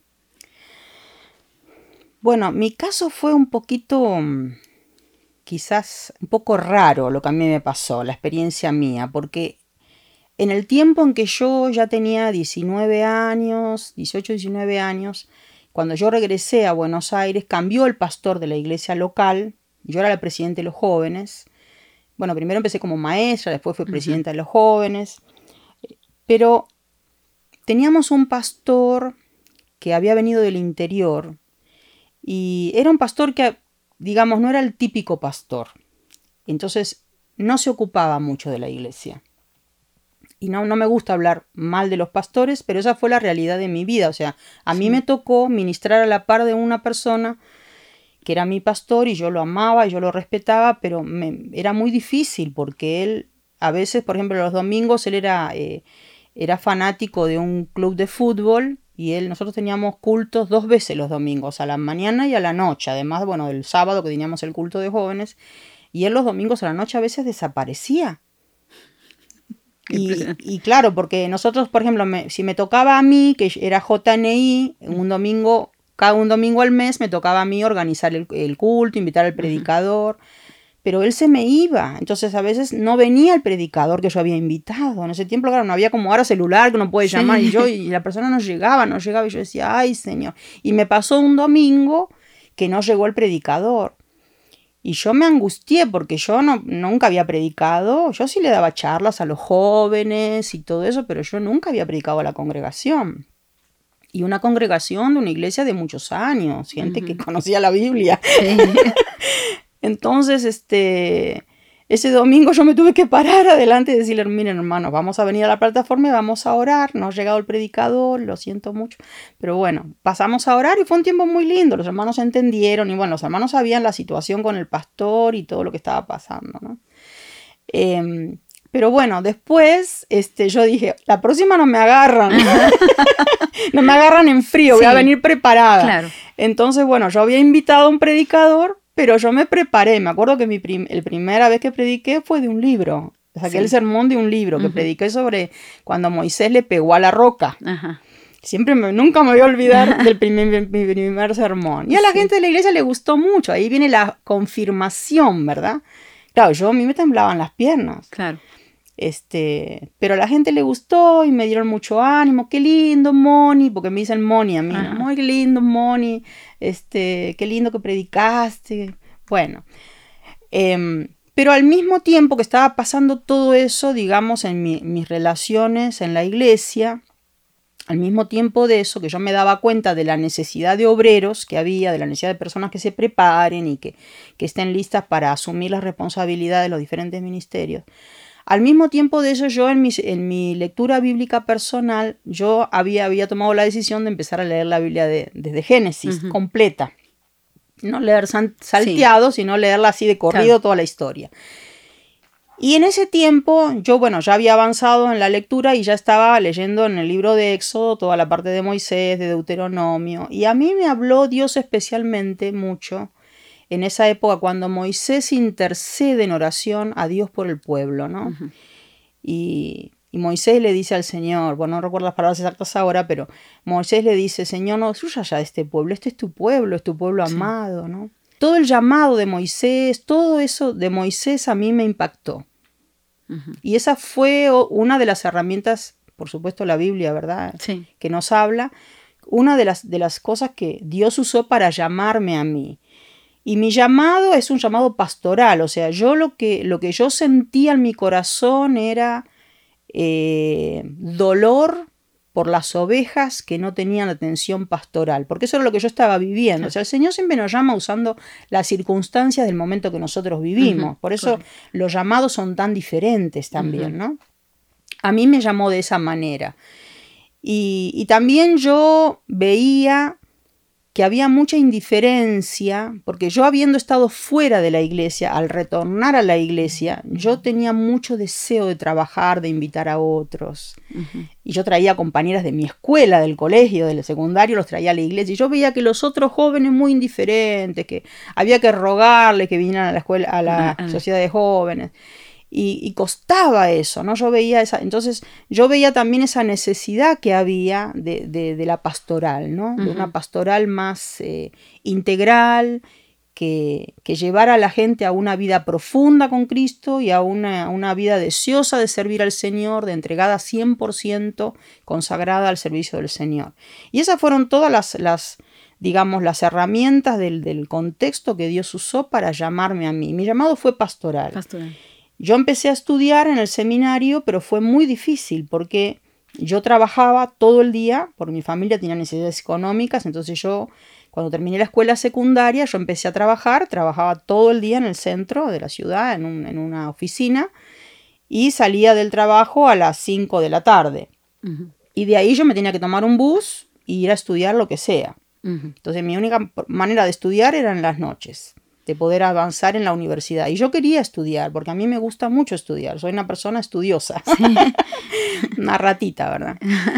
Bueno, mi caso fue un poquito, quizás un poco raro lo que a mí me pasó, la experiencia mía, porque en el tiempo en que yo ya tenía 19 años, 18, 19 años, cuando yo regresé a Buenos Aires, cambió el pastor de la iglesia local. Yo era la presidenta de los jóvenes. Bueno, primero empecé como maestra, después fui presidenta de los jóvenes. Pero teníamos un pastor que había venido del interior Y era un pastor que, digamos, no era el típico pastor. Entonces no se ocupaba mucho de la iglesia. Y no me gusta hablar mal de los pastores, pero esa fue la realidad de mi vida. O sea, a mí me tocó ministrar a la par de una persona que era mi pastor y yo lo amaba y yo lo respetaba, pero era muy difícil porque él, a veces, por ejemplo, los domingos, él era fanático de un club de fútbol y nosotros teníamos cultos 2 veces los domingos, a la mañana y a la noche. Además, bueno, del sábado que teníamos el culto de jóvenes, y él los domingos a la noche a veces desaparecía. Y claro, porque nosotros, por ejemplo, si me tocaba a mí, que era JNI, cada un domingo al mes me tocaba a mí organizar el culto, invitar al predicador, pero él se me iba. Entonces a veces no venía el predicador que yo había invitado. En ese tiempo, claro, no había como ahora celular que uno puede llamar, y la persona no llegaba, y yo decía, ay, Señor. Y me pasó un domingo que no llegó el predicador. Y yo me angustié porque yo nunca había predicado. Yo sí le daba charlas a los jóvenes y todo eso, pero yo nunca había predicado a la congregación. Y una congregación de una iglesia de muchos años, gente que conocía la Biblia. Sí. Entonces, ese domingo yo me tuve que parar adelante y decirle, miren, hermanos, vamos a venir a la plataforma y vamos a orar. No ha llegado el predicador, lo siento mucho. Pero bueno, pasamos a orar y fue un tiempo muy lindo. Los hermanos entendieron y bueno, los hermanos sabían la situación con el pastor y todo lo que estaba pasando, ¿no? Pero bueno, después yo dije, la próxima no me agarran. No me agarran en frío, voy a venir preparada. Claro. Entonces, bueno, yo había invitado a un predicador, pero yo me preparé. Me acuerdo que la primera vez que prediqué fue de un libro. Saqué el sermón de un libro que prediqué sobre cuando Moisés le pegó a la roca. Ajá. Nunca me voy a olvidar mi primer sermón. Y a la gente de la iglesia le gustó mucho. Ahí viene la confirmación, ¿verdad? Claro, a mí me temblaban las piernas. Claro. Pero a la gente le gustó y me dieron mucho ánimo. Qué lindo, Moni, porque me dicen Moni a mí, ¿no? Muy lindo, Moni, qué lindo que predicaste. Bueno, pero al mismo tiempo que estaba pasando todo eso, digamos, en mis relaciones en la iglesia, al mismo tiempo de eso, que yo me daba cuenta de la necesidad de obreros que había, de la necesidad de personas que se preparen y que estén listas para asumir las responsabilidades de los diferentes ministerios. Al mismo tiempo de eso, yo en mi lectura bíblica personal, yo había tomado la decisión de empezar a leer la Biblia desde Génesis, completa. No leer salteado, sino leerla así de corrido, toda la historia. Y en ese tiempo, yo, ya había avanzado en la lectura y ya estaba leyendo en el libro de Éxodo toda la parte de Moisés, de Deuteronomio. Y a mí me habló Dios especialmente mucho en esa época cuando Moisés intercede en oración a Dios por el pueblo, ¿no? Uh-huh. Y Moisés le dice al Señor, bueno, no recuerdo las palabras exactas ahora, pero Moisés le dice, Señor, no destruyas ya de este pueblo, este es tu pueblo amado, ¿no? Todo el llamado de Moisés, todo eso de Moisés a mí me impactó. Uh-huh. Y esa fue una de las herramientas, por supuesto la Biblia, ¿verdad? Sí. Que nos habla, una de las cosas que Dios usó para llamarme a mí. Y mi llamado es un llamado pastoral, o sea, yo lo que yo sentía en mi corazón era dolor por las ovejas que no tenían atención pastoral, porque eso era lo que yo estaba viviendo. O sea, el Señor siempre nos llama usando las circunstancias del momento que nosotros vivimos, por eso los llamados son tan diferentes también, ¿no? A mí me llamó de esa manera. Y también yo veía que había mucha indiferencia, porque yo habiendo estado fuera de la iglesia, al retornar a la iglesia, yo tenía mucho deseo de trabajar, de invitar a otros. Uh-huh. Y yo traía compañeras de mi escuela, del colegio, del secundario, los traía a la iglesia. Y yo veía que los otros jóvenes muy indiferentes, que había que rogarles que vinieran a la escuela, a la sociedad de jóvenes. Y costaba eso, ¿no? Entonces yo veía también esa necesidad que había de la pastoral, ¿no? Uh-huh. De una pastoral más integral, que llevara a la gente a una vida profunda con Cristo y a una vida deseosa de servir al Señor, de entregada 100% consagrada al servicio del Señor. Y esas fueron todas las herramientas del contexto que Dios usó para llamarme a mí. Mi llamado fue pastoral. Yo empecé a estudiar en el seminario, pero fue muy difícil porque yo trabajaba todo el día, porque mi familia tenía necesidades económicas, entonces yo, cuando terminé la escuela secundaria, yo empecé a trabajar, trabajaba todo el día en el centro de la ciudad, en una oficina, y salía del trabajo a las 5 de la tarde. Ujú, Y de ahí yo me tenía que tomar un bus e ir a estudiar lo que sea. ujú. Entonces mi única manera de estudiar era en las noches, de poder avanzar en la universidad. Y yo quería estudiar, porque a mí me gusta mucho estudiar, soy una persona estudiosa, una ratita, ¿verdad?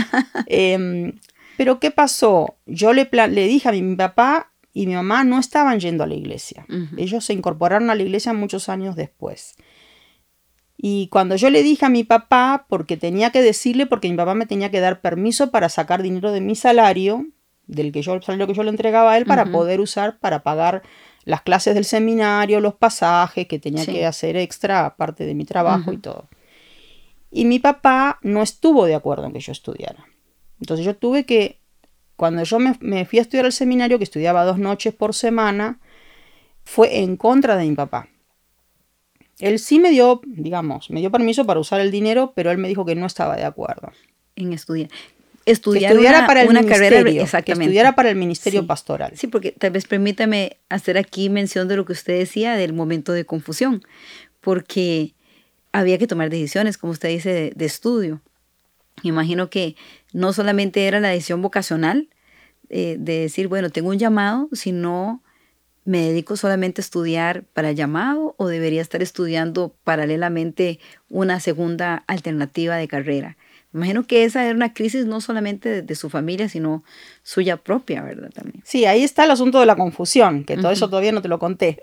Pero ¿qué pasó? Yo le dije a mi papá y mi mamá no estaban yendo a la iglesia. Ujú. Ellos se incorporaron a la iglesia muchos años después. Y cuando yo le dije a mi papá, porque tenía que decirle, porque mi papá me tenía que dar permiso para sacar dinero de mi salario, salario que yo le entregaba a él, para Ujú. poder usar para pagar las clases del seminario, los pasajes que tenía Sí. que hacer extra, aparte de mi trabajo y Ujú. todo. Y mi papá no estuvo de acuerdo en que yo estudiara. Entonces yo tuve que, cuando yo me fui a estudiar al seminario, que estudiaba 2 noches por semana, fue en contra de mi papá. Él sí me dio, digamos, me dio permiso para usar el dinero, pero él me dijo que no estaba de acuerdo. En estudiar. Que Estudiar estudiara para el una carrera, ministerio, que exactamente. estudiara para el ministerio Sí. pastoral. Sí, porque tal vez permítame hacer aquí mención de lo que usted decía del momento de confusión, porque había que tomar decisiones, como usted dice, de estudio. Me imagino que no solamente era la decisión vocacional, de decir, bueno, tengo un llamado, sino me dedico solamente a estudiar para el llamado o debería estar estudiando paralelamente una segunda alternativa de carrera. Me imagino que esa era una crisis no solamente de su familia, sino suya propia, ¿verdad? También. Sí, ahí está el asunto de la confusión, que todo Ujú. eso todavía no te lo conté.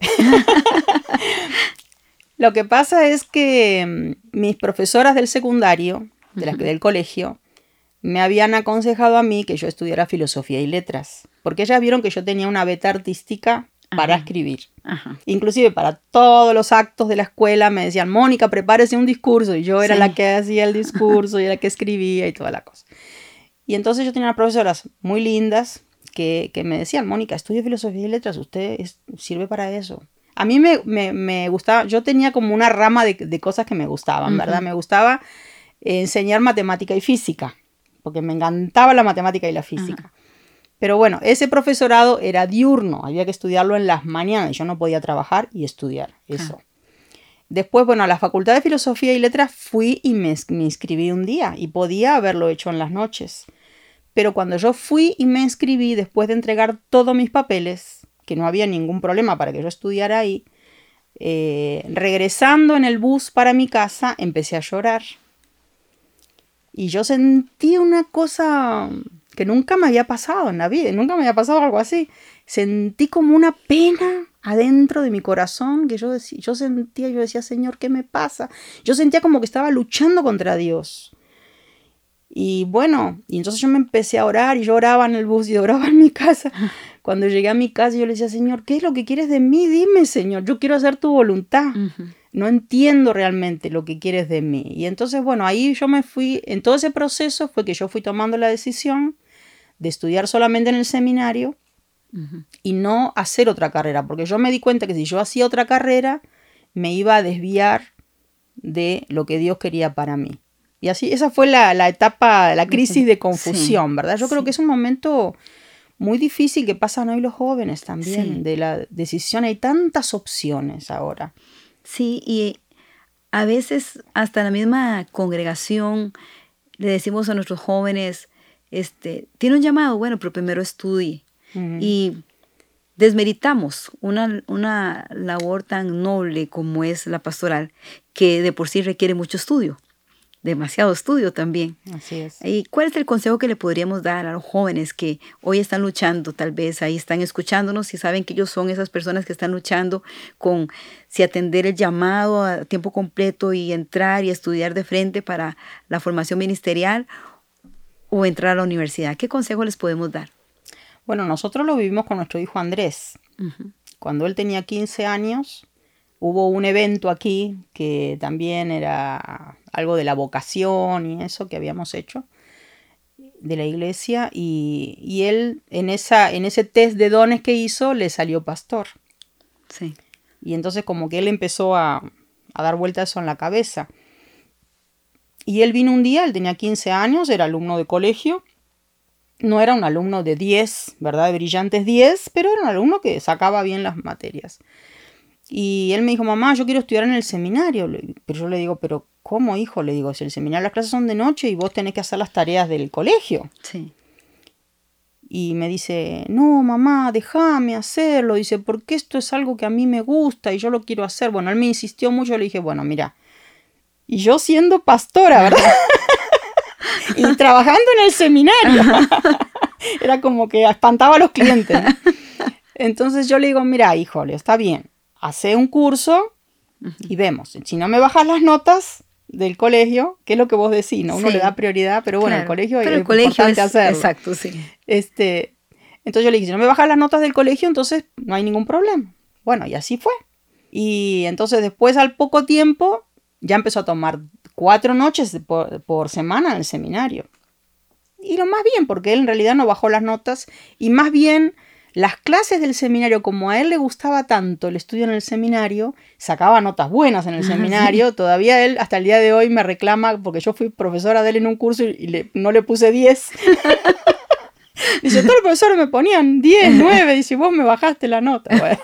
Lo que pasa es que mis profesoras del secundario, del colegio, me habían aconsejado a mí que yo estudiara filosofía y letras, porque ellas vieron que yo tenía una beta artística para Ajá. escribir. Ajá. Inclusive para todos los actos de la escuela me decían, Mónica, prepárese un discurso. Y yo era Sí. la que hacía el discurso y la que escribía y toda la cosa. Y entonces yo tenía unas profesoras muy lindas que me decían, Mónica, estudia filosofía y letras, usted sirve para eso. A mí me gustaba, yo tenía como una rama de cosas que me gustaban, Ujú. ¿verdad? Me gustaba enseñar matemática y física, porque me encantaba la matemática y la física. Ajá. Pero bueno, ese profesorado era diurno, había que estudiarlo en las mañanas, yo no podía trabajar y estudiar eso. Después, bueno, a la Facultad de Filosofía y Letras fui y me inscribí un día y podía haberlo hecho en las noches. Pero cuando yo fui y me inscribí, después de entregar todos mis papeles, que no había ningún problema para que yo estudiara ahí, regresando en el bus para mi casa, empecé a llorar. Y yo sentí una cosa que nunca me había pasado en la vida, nunca me había pasado algo así. Sentí como una pena adentro de mi corazón que yo decía, Señor, ¿qué me pasa? Yo sentía como que estaba luchando contra Dios. Y bueno, y entonces yo me empecé a orar y yo oraba en el bus y oraba en mi casa. Cuando llegué a mi casa yo le decía, Señor, ¿qué es lo que quieres de mí? Dime, Señor, yo quiero hacer tu voluntad. Ujú. No entiendo realmente lo que quieres de mí. Y entonces, bueno, ahí yo me fui, en todo ese proceso fue que yo fui tomando la decisión de estudiar solamente en el seminario Ujú. y no hacer otra carrera, porque yo me di cuenta que si yo hacía otra carrera, me iba a desviar de lo que Dios quería para mí. Y así, esa fue la etapa, la crisis de confusión, Sí, ¿verdad? Yo creo sí. que es un momento muy difícil que pasan hoy los jóvenes también, Sí. de la decisión. Hay tantas opciones ahora. Sí, y a veces hasta la misma congregación le decimos a nuestros jóvenes, tiene un llamado, bueno, pero primero estudie. Y desmeritamos una labor tan noble como es la pastoral, que de por sí requiere mucho estudio, demasiado estudio también. Así es. ¿Y cuál es el consejo que le podríamos dar a los jóvenes que hoy están luchando, tal vez ahí están escuchándonos y saben que ellos son esas personas que están luchando con si atender el llamado a tiempo completo y entrar y estudiar de frente para la formación ministerial o entrar a la universidad? ¿Qué consejo les podemos dar? Bueno, nosotros lo vivimos con nuestro hijo Andrés. Uh-huh. Cuando él tenía 15 años, hubo un evento aquí que también era algo de la vocación y eso que habíamos hecho de la iglesia, y él en ese test de dones que hizo le salió pastor. Sí. Y entonces como que él empezó a dar vueltas eso en la cabeza. Y él vino un día, él tenía 15 años, era alumno de colegio. No era un alumno de 10, ¿verdad? De brillantes 10, pero era un alumno que sacaba bien las materias. Y él me dijo, mamá, yo quiero estudiar en el seminario. Pero yo le digo, pero ¿cómo, hijo? Le digo, si el seminario, las clases son de noche y vos tenés que hacer las tareas del colegio. Sí. Y me dice, no, mamá, déjame hacerlo. Dice, porque esto es algo que a mí me gusta y yo lo quiero hacer. Bueno, él me insistió mucho, le dije, bueno, mira. Y yo siendo pastora, ¿verdad? Y trabajando en el seminario. Era como que espantaba a los clientes, ¿no? Entonces yo le digo, mira, híjole, está bien. Hace un curso y vemos. Si no me bajas las notas del colegio, que es lo que vos decís, ¿no? Uno le da prioridad, pero bueno, claro. El colegio pero es el colegio importante hacerlo. Exacto, sí. Entonces yo le dije, si no me bajas las notas del colegio, entonces no hay ningún problema. Bueno, y así fue. Y entonces después, al poco tiempo, ya empezó a tomar 4 noches por semana en el seminario. Y lo más bien, porque él en realidad no bajó las notas y más bien las clases del seminario, como a él le gustaba tanto el estudio en el seminario, sacaba notas buenas en el seminario. Sí. Todavía él hasta el día de hoy me reclama porque yo fui profesora de él en un curso y no le puse 10. Dice, todos los profesores me ponían 10, 9, dice, vos me bajaste la nota. Bueno.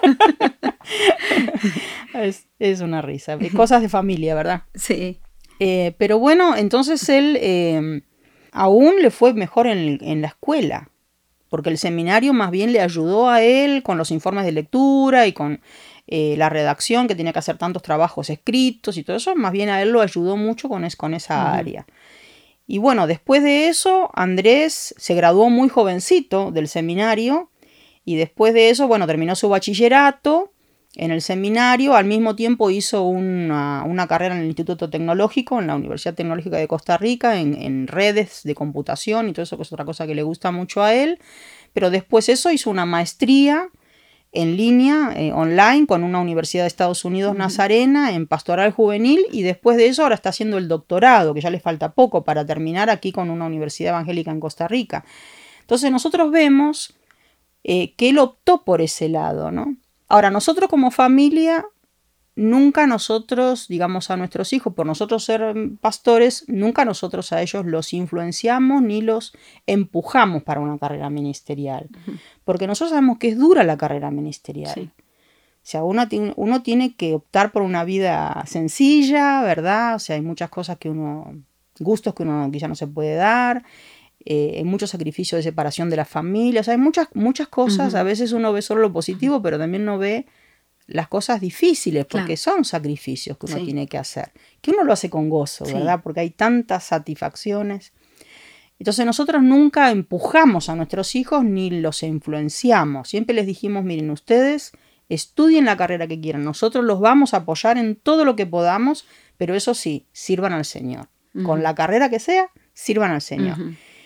Es una risa, cosas de familia, ¿verdad? Sí. Pero bueno, entonces él aún le fue mejor en la escuela, porque el seminario más bien le ayudó a él con los informes de lectura y con la redacción, que tenía que hacer tantos trabajos escritos y todo eso, más bien a él lo ayudó mucho con esa área. Y bueno, después de eso, Andrés se graduó muy jovencito del seminario y después de eso, bueno, terminó su bachillerato en el seminario. Al mismo tiempo hizo una carrera en el Instituto Tecnológico, en la Universidad Tecnológica de Costa Rica, en redes de computación y todo eso, que es otra cosa que le gusta mucho a él. Pero después eso hizo una maestría en línea, online, con una universidad de Estados Unidos, Nazarena, en pastoral juvenil, y después de eso ahora está haciendo el doctorado, que ya le falta poco para terminar aquí con una universidad evangélica en Costa Rica. Entonces nosotros vemos que él optó por ese lado, ¿no? Ahora, nosotros como familia, nunca nosotros, digamos a nuestros hijos, por nosotros ser pastores, nunca nosotros a ellos los influenciamos ni los empujamos para una carrera ministerial. Porque nosotros sabemos que es dura la carrera ministerial. Sí. O sea, uno tiene que optar por una vida sencilla, ¿verdad? O sea, hay muchas cosas gustos que uno quizá no se puede dar. Hay muchos sacrificios de separación de la familia. O sea, hay muchas cosas. A veces uno ve solo lo positivo, pero también no ve las cosas difíciles, porque son sacrificios que uno tiene que hacer, que uno lo hace con gozo, ¿verdad? Porque hay tantas satisfacciones. Entonces nosotros nunca empujamos a nuestros hijos ni los influenciamos. Siempre les dijimos, miren, ustedes estudien la carrera que quieran, nosotros los vamos a apoyar en todo lo que podamos, pero eso sí, sirvan al Señor. Con la carrera que sea, sirvan al Señor.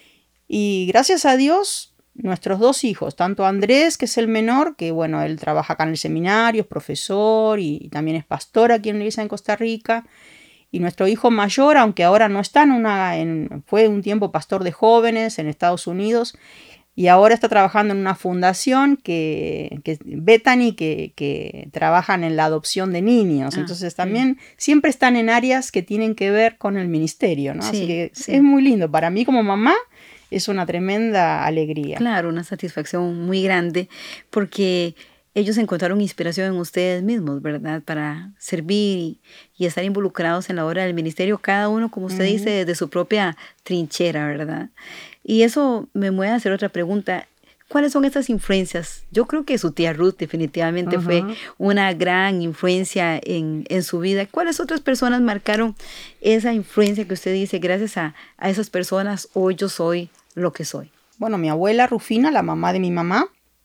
Y gracias a Dios, nuestros 2 hijos, tanto Andrés, que es el menor, que bueno, él trabaja acá en el seminario, es profesor y también es pastor aquí en la iglesia en Costa Rica, y nuestro hijo mayor, aunque ahora no está fue un tiempo pastor de jóvenes en Estados Unidos, y ahora está trabajando en una fundación que Bethany, que trabajan en la adopción de niños. Entonces también siempre están en áreas que tienen que ver con el ministerio, ¿no? Sí, así que es muy lindo. Para mí como mamá, es una tremenda alegría. Claro, una satisfacción muy grande, porque ellos encontraron inspiración en ustedes mismos, ¿verdad? Para servir y estar involucrados en la obra del ministerio, cada uno, como usted dice, desde su propia trinchera, ¿verdad? Y eso me mueve a hacer otra pregunta. ¿Cuáles son estas influencias? Yo creo que su tía Ruth definitivamente fue una gran influencia en su vida. ¿Cuáles otras personas marcaron esa influencia que usted dice, gracias a esas personas, hoy yo soy lo que soy? Bueno, mi abuela Rufina, la mamá de mi mamá,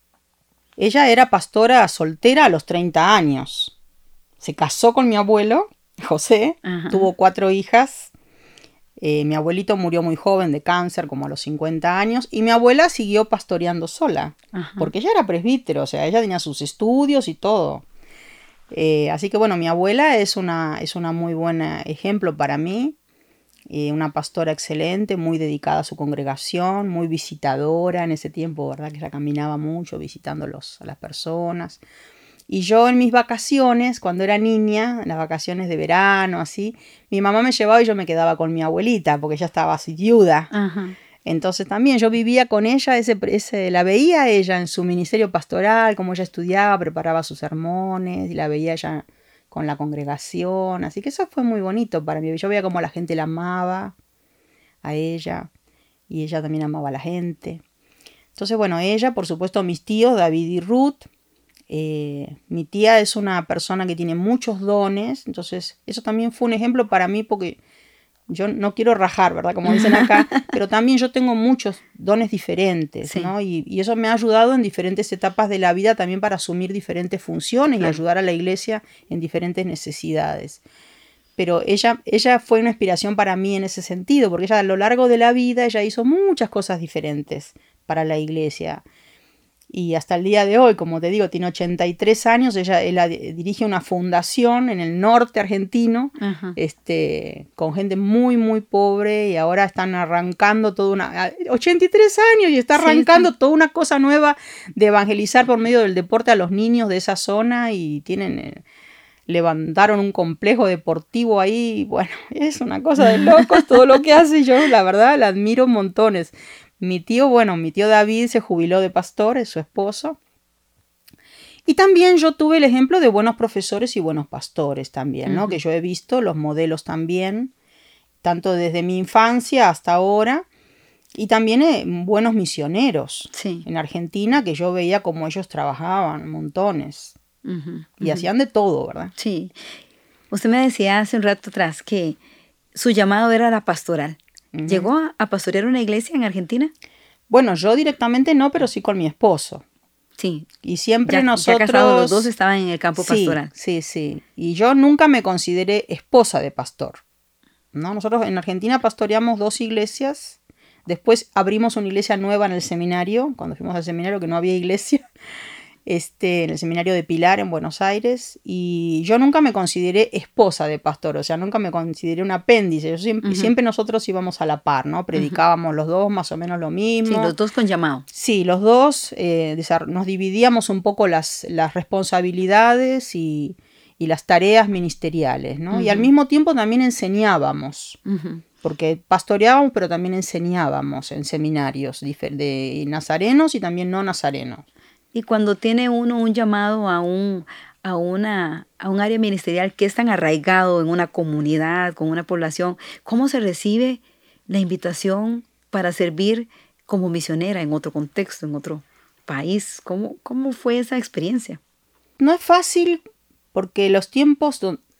ella era pastora soltera a los 30 años. Se casó con mi abuelo, José, tuvo 4 hijas. Mi abuelito murió muy joven de cáncer, como a los 50 años, y mi abuela siguió pastoreando sola, porque ella era presbítero, o sea, ella tenía sus estudios y todo. Así que bueno, mi abuela es una muy buena ejemplo para mí, una pastora excelente, muy dedicada a su congregación, muy visitadora en ese tiempo, ¿verdad? Que ella caminaba mucho visitando a las personas. Y yo en mis vacaciones, cuando era niña, en las vacaciones de verano, así, mi mamá me llevaba y yo me quedaba con mi abuelita, porque ella estaba así viuda. Ajá. Entonces también yo vivía con ella, la veía a ella en su ministerio pastoral, cómo ella estudiaba, preparaba sus sermones, y la veía ella con la congregación. Así que eso fue muy bonito para mí. Yo veía cómo la gente la amaba a ella, y ella también amaba a la gente. Entonces, bueno, ella, por supuesto, mis tíos, David y Ruth. Mi tía es una persona que tiene muchos dones, entonces eso también fue un ejemplo para mí, porque yo no quiero rajar, ¿verdad? Como dicen acá, pero también yo tengo muchos dones diferentes, Sí. ¿no? Y eso me ha ayudado en diferentes etapas de la vida también para asumir diferentes funciones y ayudar a la iglesia en diferentes necesidades. Pero ella fue una inspiración para mí en ese sentido, porque ella a lo largo de la vida, ella hizo muchas cosas diferentes para la iglesia. Y hasta el día de hoy, como te digo, tiene 83 años, ella dirige una fundación en el norte argentino, Ajá. con gente muy, muy pobre, y ahora están arrancando 83 años y está arrancando toda una cosa nueva de evangelizar por medio del deporte a los niños de esa zona, y levantaron un complejo deportivo ahí. Bueno, es una cosa de locos todo lo que hace. Yo la verdad la admiro montones. Mi tío David se jubiló de pastor, es su esposo. Y también yo tuve el ejemplo de buenos profesores y buenos pastores también, ¿no? Que yo he visto los modelos también, tanto desde mi infancia hasta ahora. Y también buenos misioneros en Argentina, que yo veía cómo ellos trabajaban montones. Y hacían de todo, ¿verdad? Sí. Usted me decía hace un rato atrás que su llamado era la pastoral. ¿Llegó a pastorear una iglesia en Argentina? Bueno, yo directamente no, pero sí con mi esposo. Sí. Y siempre nosotros... Ya casados los dos estaban en el campo pastoral. Sí. Y yo nunca me consideré esposa de pastor, ¿no? Nosotros en Argentina pastoreamos 2 iglesias. Después abrimos una iglesia nueva en el seminario, cuando fuimos al seminario que no había iglesia. En el seminario de Pilar en Buenos Aires, y yo nunca me consideré esposa de pastor, o sea, nunca me consideré un apéndice. Yo siempre nosotros íbamos a la par, ¿no? Predicábamos los dos más o menos lo mismo. Sí, los dos con llamado. Sí, los dos nos dividíamos un poco las responsabilidades y las tareas ministeriales, ¿no? Y al mismo tiempo también enseñábamos. Porque pastoreábamos, pero también enseñábamos en seminarios de nazarenos y también no nazarenos. Y cuando tiene uno un llamado a un área ministerial que es tan arraigado en una comunidad, con una población, ¿cómo se recibe la invitación para servir como misionera en otro contexto, en otro país? ¿Cómo fue esa experiencia? No es fácil, porque los tiempos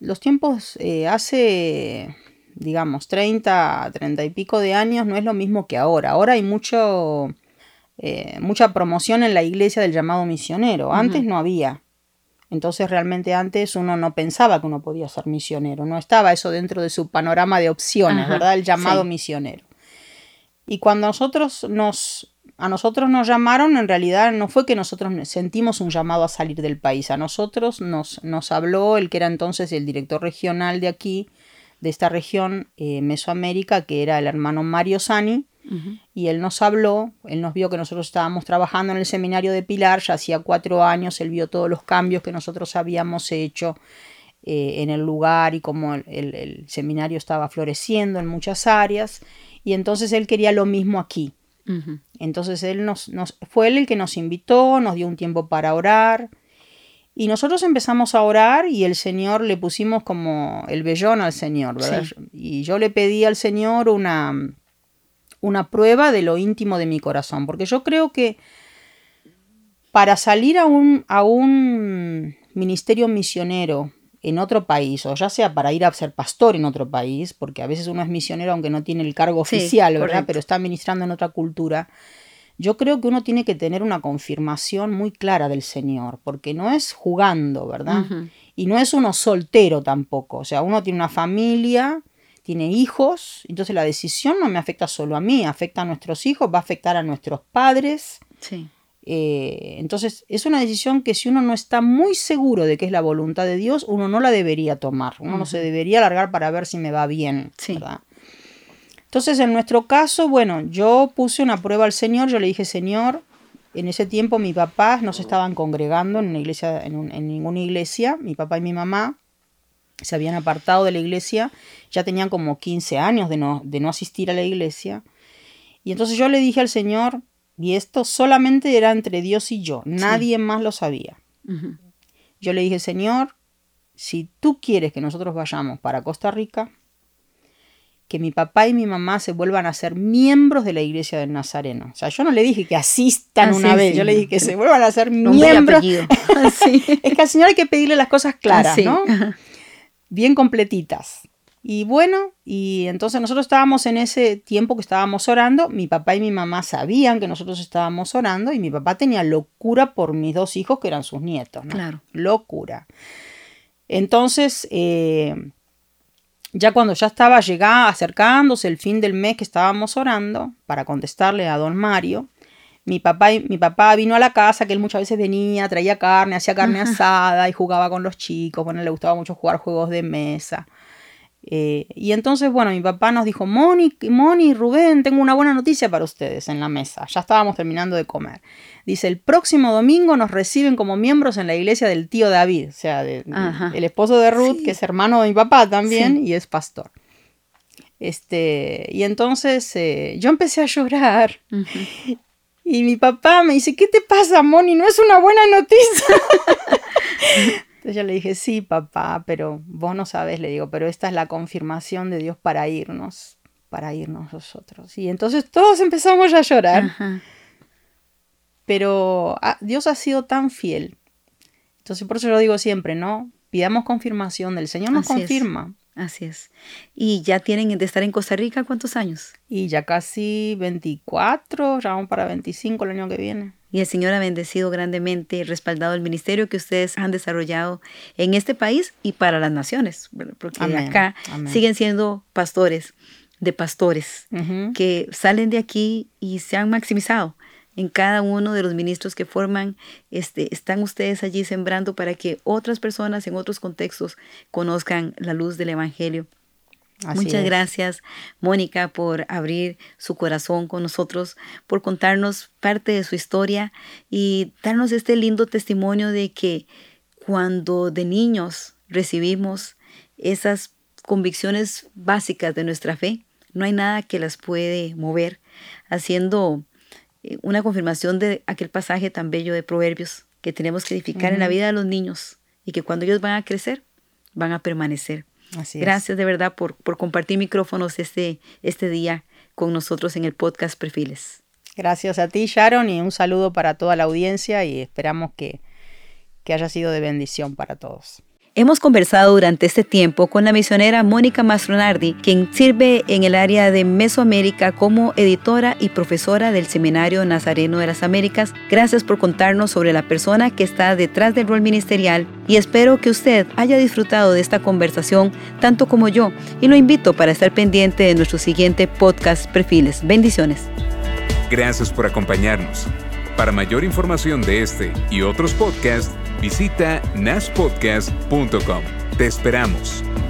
hace, digamos, 30 y pico de años no es lo mismo que ahora. Ahora hay mucha promoción en la iglesia del llamado misionero. Antes no había. Entonces realmente antes uno no pensaba que uno podía ser misionero. No estaba eso dentro de su panorama de opciones, ¿verdad? El llamado misionero. Y cuando a nosotros nos llamaron, en realidad no fue que nosotros sentimos un llamado a salir del país. A nosotros nos habló el que era entonces el director regional de aquí, de esta región, Mesoamérica, que era el hermano Mario Sani. Y él nos habló, él nos vio que nosotros estábamos trabajando en el seminario de Pilar, ya hacía 4 años, él vio todos los cambios que nosotros habíamos hecho en el lugar y cómo el seminario estaba floreciendo en muchas áreas, y entonces él quería lo mismo aquí. Entonces él fue él el que nos invitó, nos dio un tiempo para orar, y nosotros empezamos a orar, y el Señor, le pusimos como el vellón al Señor, ¿verdad? Sí. Y yo le pedí al Señor una prueba de lo íntimo de mi corazón, porque yo creo que para salir a un ministerio misionero en otro país, o ya sea para ir a ser pastor en otro país, porque a veces uno es misionero aunque no tiene el cargo oficial, ¿verdad? Correcto. Pero está ministrando en otra cultura. Yo creo que uno tiene que tener una confirmación muy clara del Señor, porque no es jugando, ¿verdad? Y no es uno soltero tampoco, o sea, uno tiene una familia, tiene hijos, entonces la decisión no me afecta solo a mí, afecta a nuestros hijos, va a afectar a nuestros padres. Sí. Entonces es una decisión que si uno no está muy seguro de que es la voluntad de Dios, uno no la debería tomar, uno no se debería largar para ver si me va bien, ¿verdad? Entonces en nuestro caso, bueno, yo puse una prueba al Señor, yo le dije, Señor, En ese tiempo mis papás no se estaban congregando en una iglesia, en ninguna iglesia. Mi papá y mi mamá se habían apartado de la iglesia, ya tenían como 15 años de no asistir a la iglesia. Y entonces yo le dije al Señor, y esto solamente era entre Dios y yo, nadie más lo sabía. Uh-huh. Yo le dije, Señor, si tú quieres que nosotros vayamos para Costa Rica, que mi papá y mi mamá se vuelvan a ser miembros de la iglesia del Nazareno. O sea, yo no le dije que asistan una vez, yo le dije que se vuelvan a ser miembros. Sí. Es que al Señor hay que pedirle las cosas claras, ¿no? Bien completitas. Y bueno, y entonces nosotros estábamos en ese tiempo que estábamos orando, mi papá y mi mamá sabían que nosotros estábamos orando y mi papá tenía locura por mis 2 hijos que eran sus nietos, ¿no? Claro. Locura. Entonces, ya cuando ya estaba acercándose el fin del mes que estábamos orando, para contestarle a don Mario, mi papá vino a la casa, que él muchas veces venía, traía carne, hacía carne asada y jugaba con los chicos. Bueno, le gustaba mucho jugar juegos de mesa. Y entonces, bueno, mi papá nos dijo, Moni y Rubén, tengo una buena noticia para ustedes en la mesa. Ya estábamos terminando de comer. Dice, el próximo domingo nos reciben como miembros en la iglesia del tío David, o sea, el esposo de Ruth, que es hermano de mi papá también, y es pastor. Y entonces yo empecé a llorar. Y mi papá me dice, ¿qué te pasa, Moni? ¿No es una buena noticia? Entonces yo le dije, sí, papá, pero vos no sabés, le digo, pero esta es la confirmación de Dios para irnos nosotros. Y entonces todos empezamos a llorar. Ajá. Pero Dios ha sido tan fiel. Entonces por eso yo digo siempre, ¿no? Pidamos confirmación del Señor, nos confirma. Así es. ¿Y ya tienen de estar en Costa Rica cuántos años? Y ya casi 24, ya vamos para 25 el año que viene. Y el Señor ha bendecido grandemente y respaldado el ministerio que ustedes han desarrollado en este país y para las naciones. Porque acá siguen siendo pastores de pastores que salen de aquí y se han maximizado. En cada uno de los ministros que forman, están ustedes allí sembrando para que otras personas en otros contextos conozcan la luz del Evangelio. Muchas gracias, Mónica, por abrir su corazón con nosotros, por contarnos parte de su historia y darnos este lindo testimonio de que cuando de niños recibimos esas convicciones básicas de nuestra fe, no hay nada que las puede mover, haciendo una confirmación de aquel pasaje tan bello de Proverbios que tenemos que edificar en la vida de los niños y que cuando ellos van a crecer, van a permanecer. Gracias de verdad por compartir micrófonos este día con nosotros en el podcast Perfiles. Gracias a ti, Sharon, y un saludo para toda la audiencia y esperamos que haya sido de bendición para todos. Hemos conversado durante este tiempo con la misionera Mónica Mastronardi, quien sirve en el área de Mesoamérica como editora y profesora del Seminario Nazareno de las Américas. Gracias por contarnos sobre la persona que está detrás del rol ministerial y espero que usted haya disfrutado de esta conversación tanto como yo y lo invito para estar pendiente de nuestro siguiente podcast Perfiles. Bendiciones. Gracias por acompañarnos. Para mayor información de este y otros podcasts, visita naspodcast.com. Te esperamos.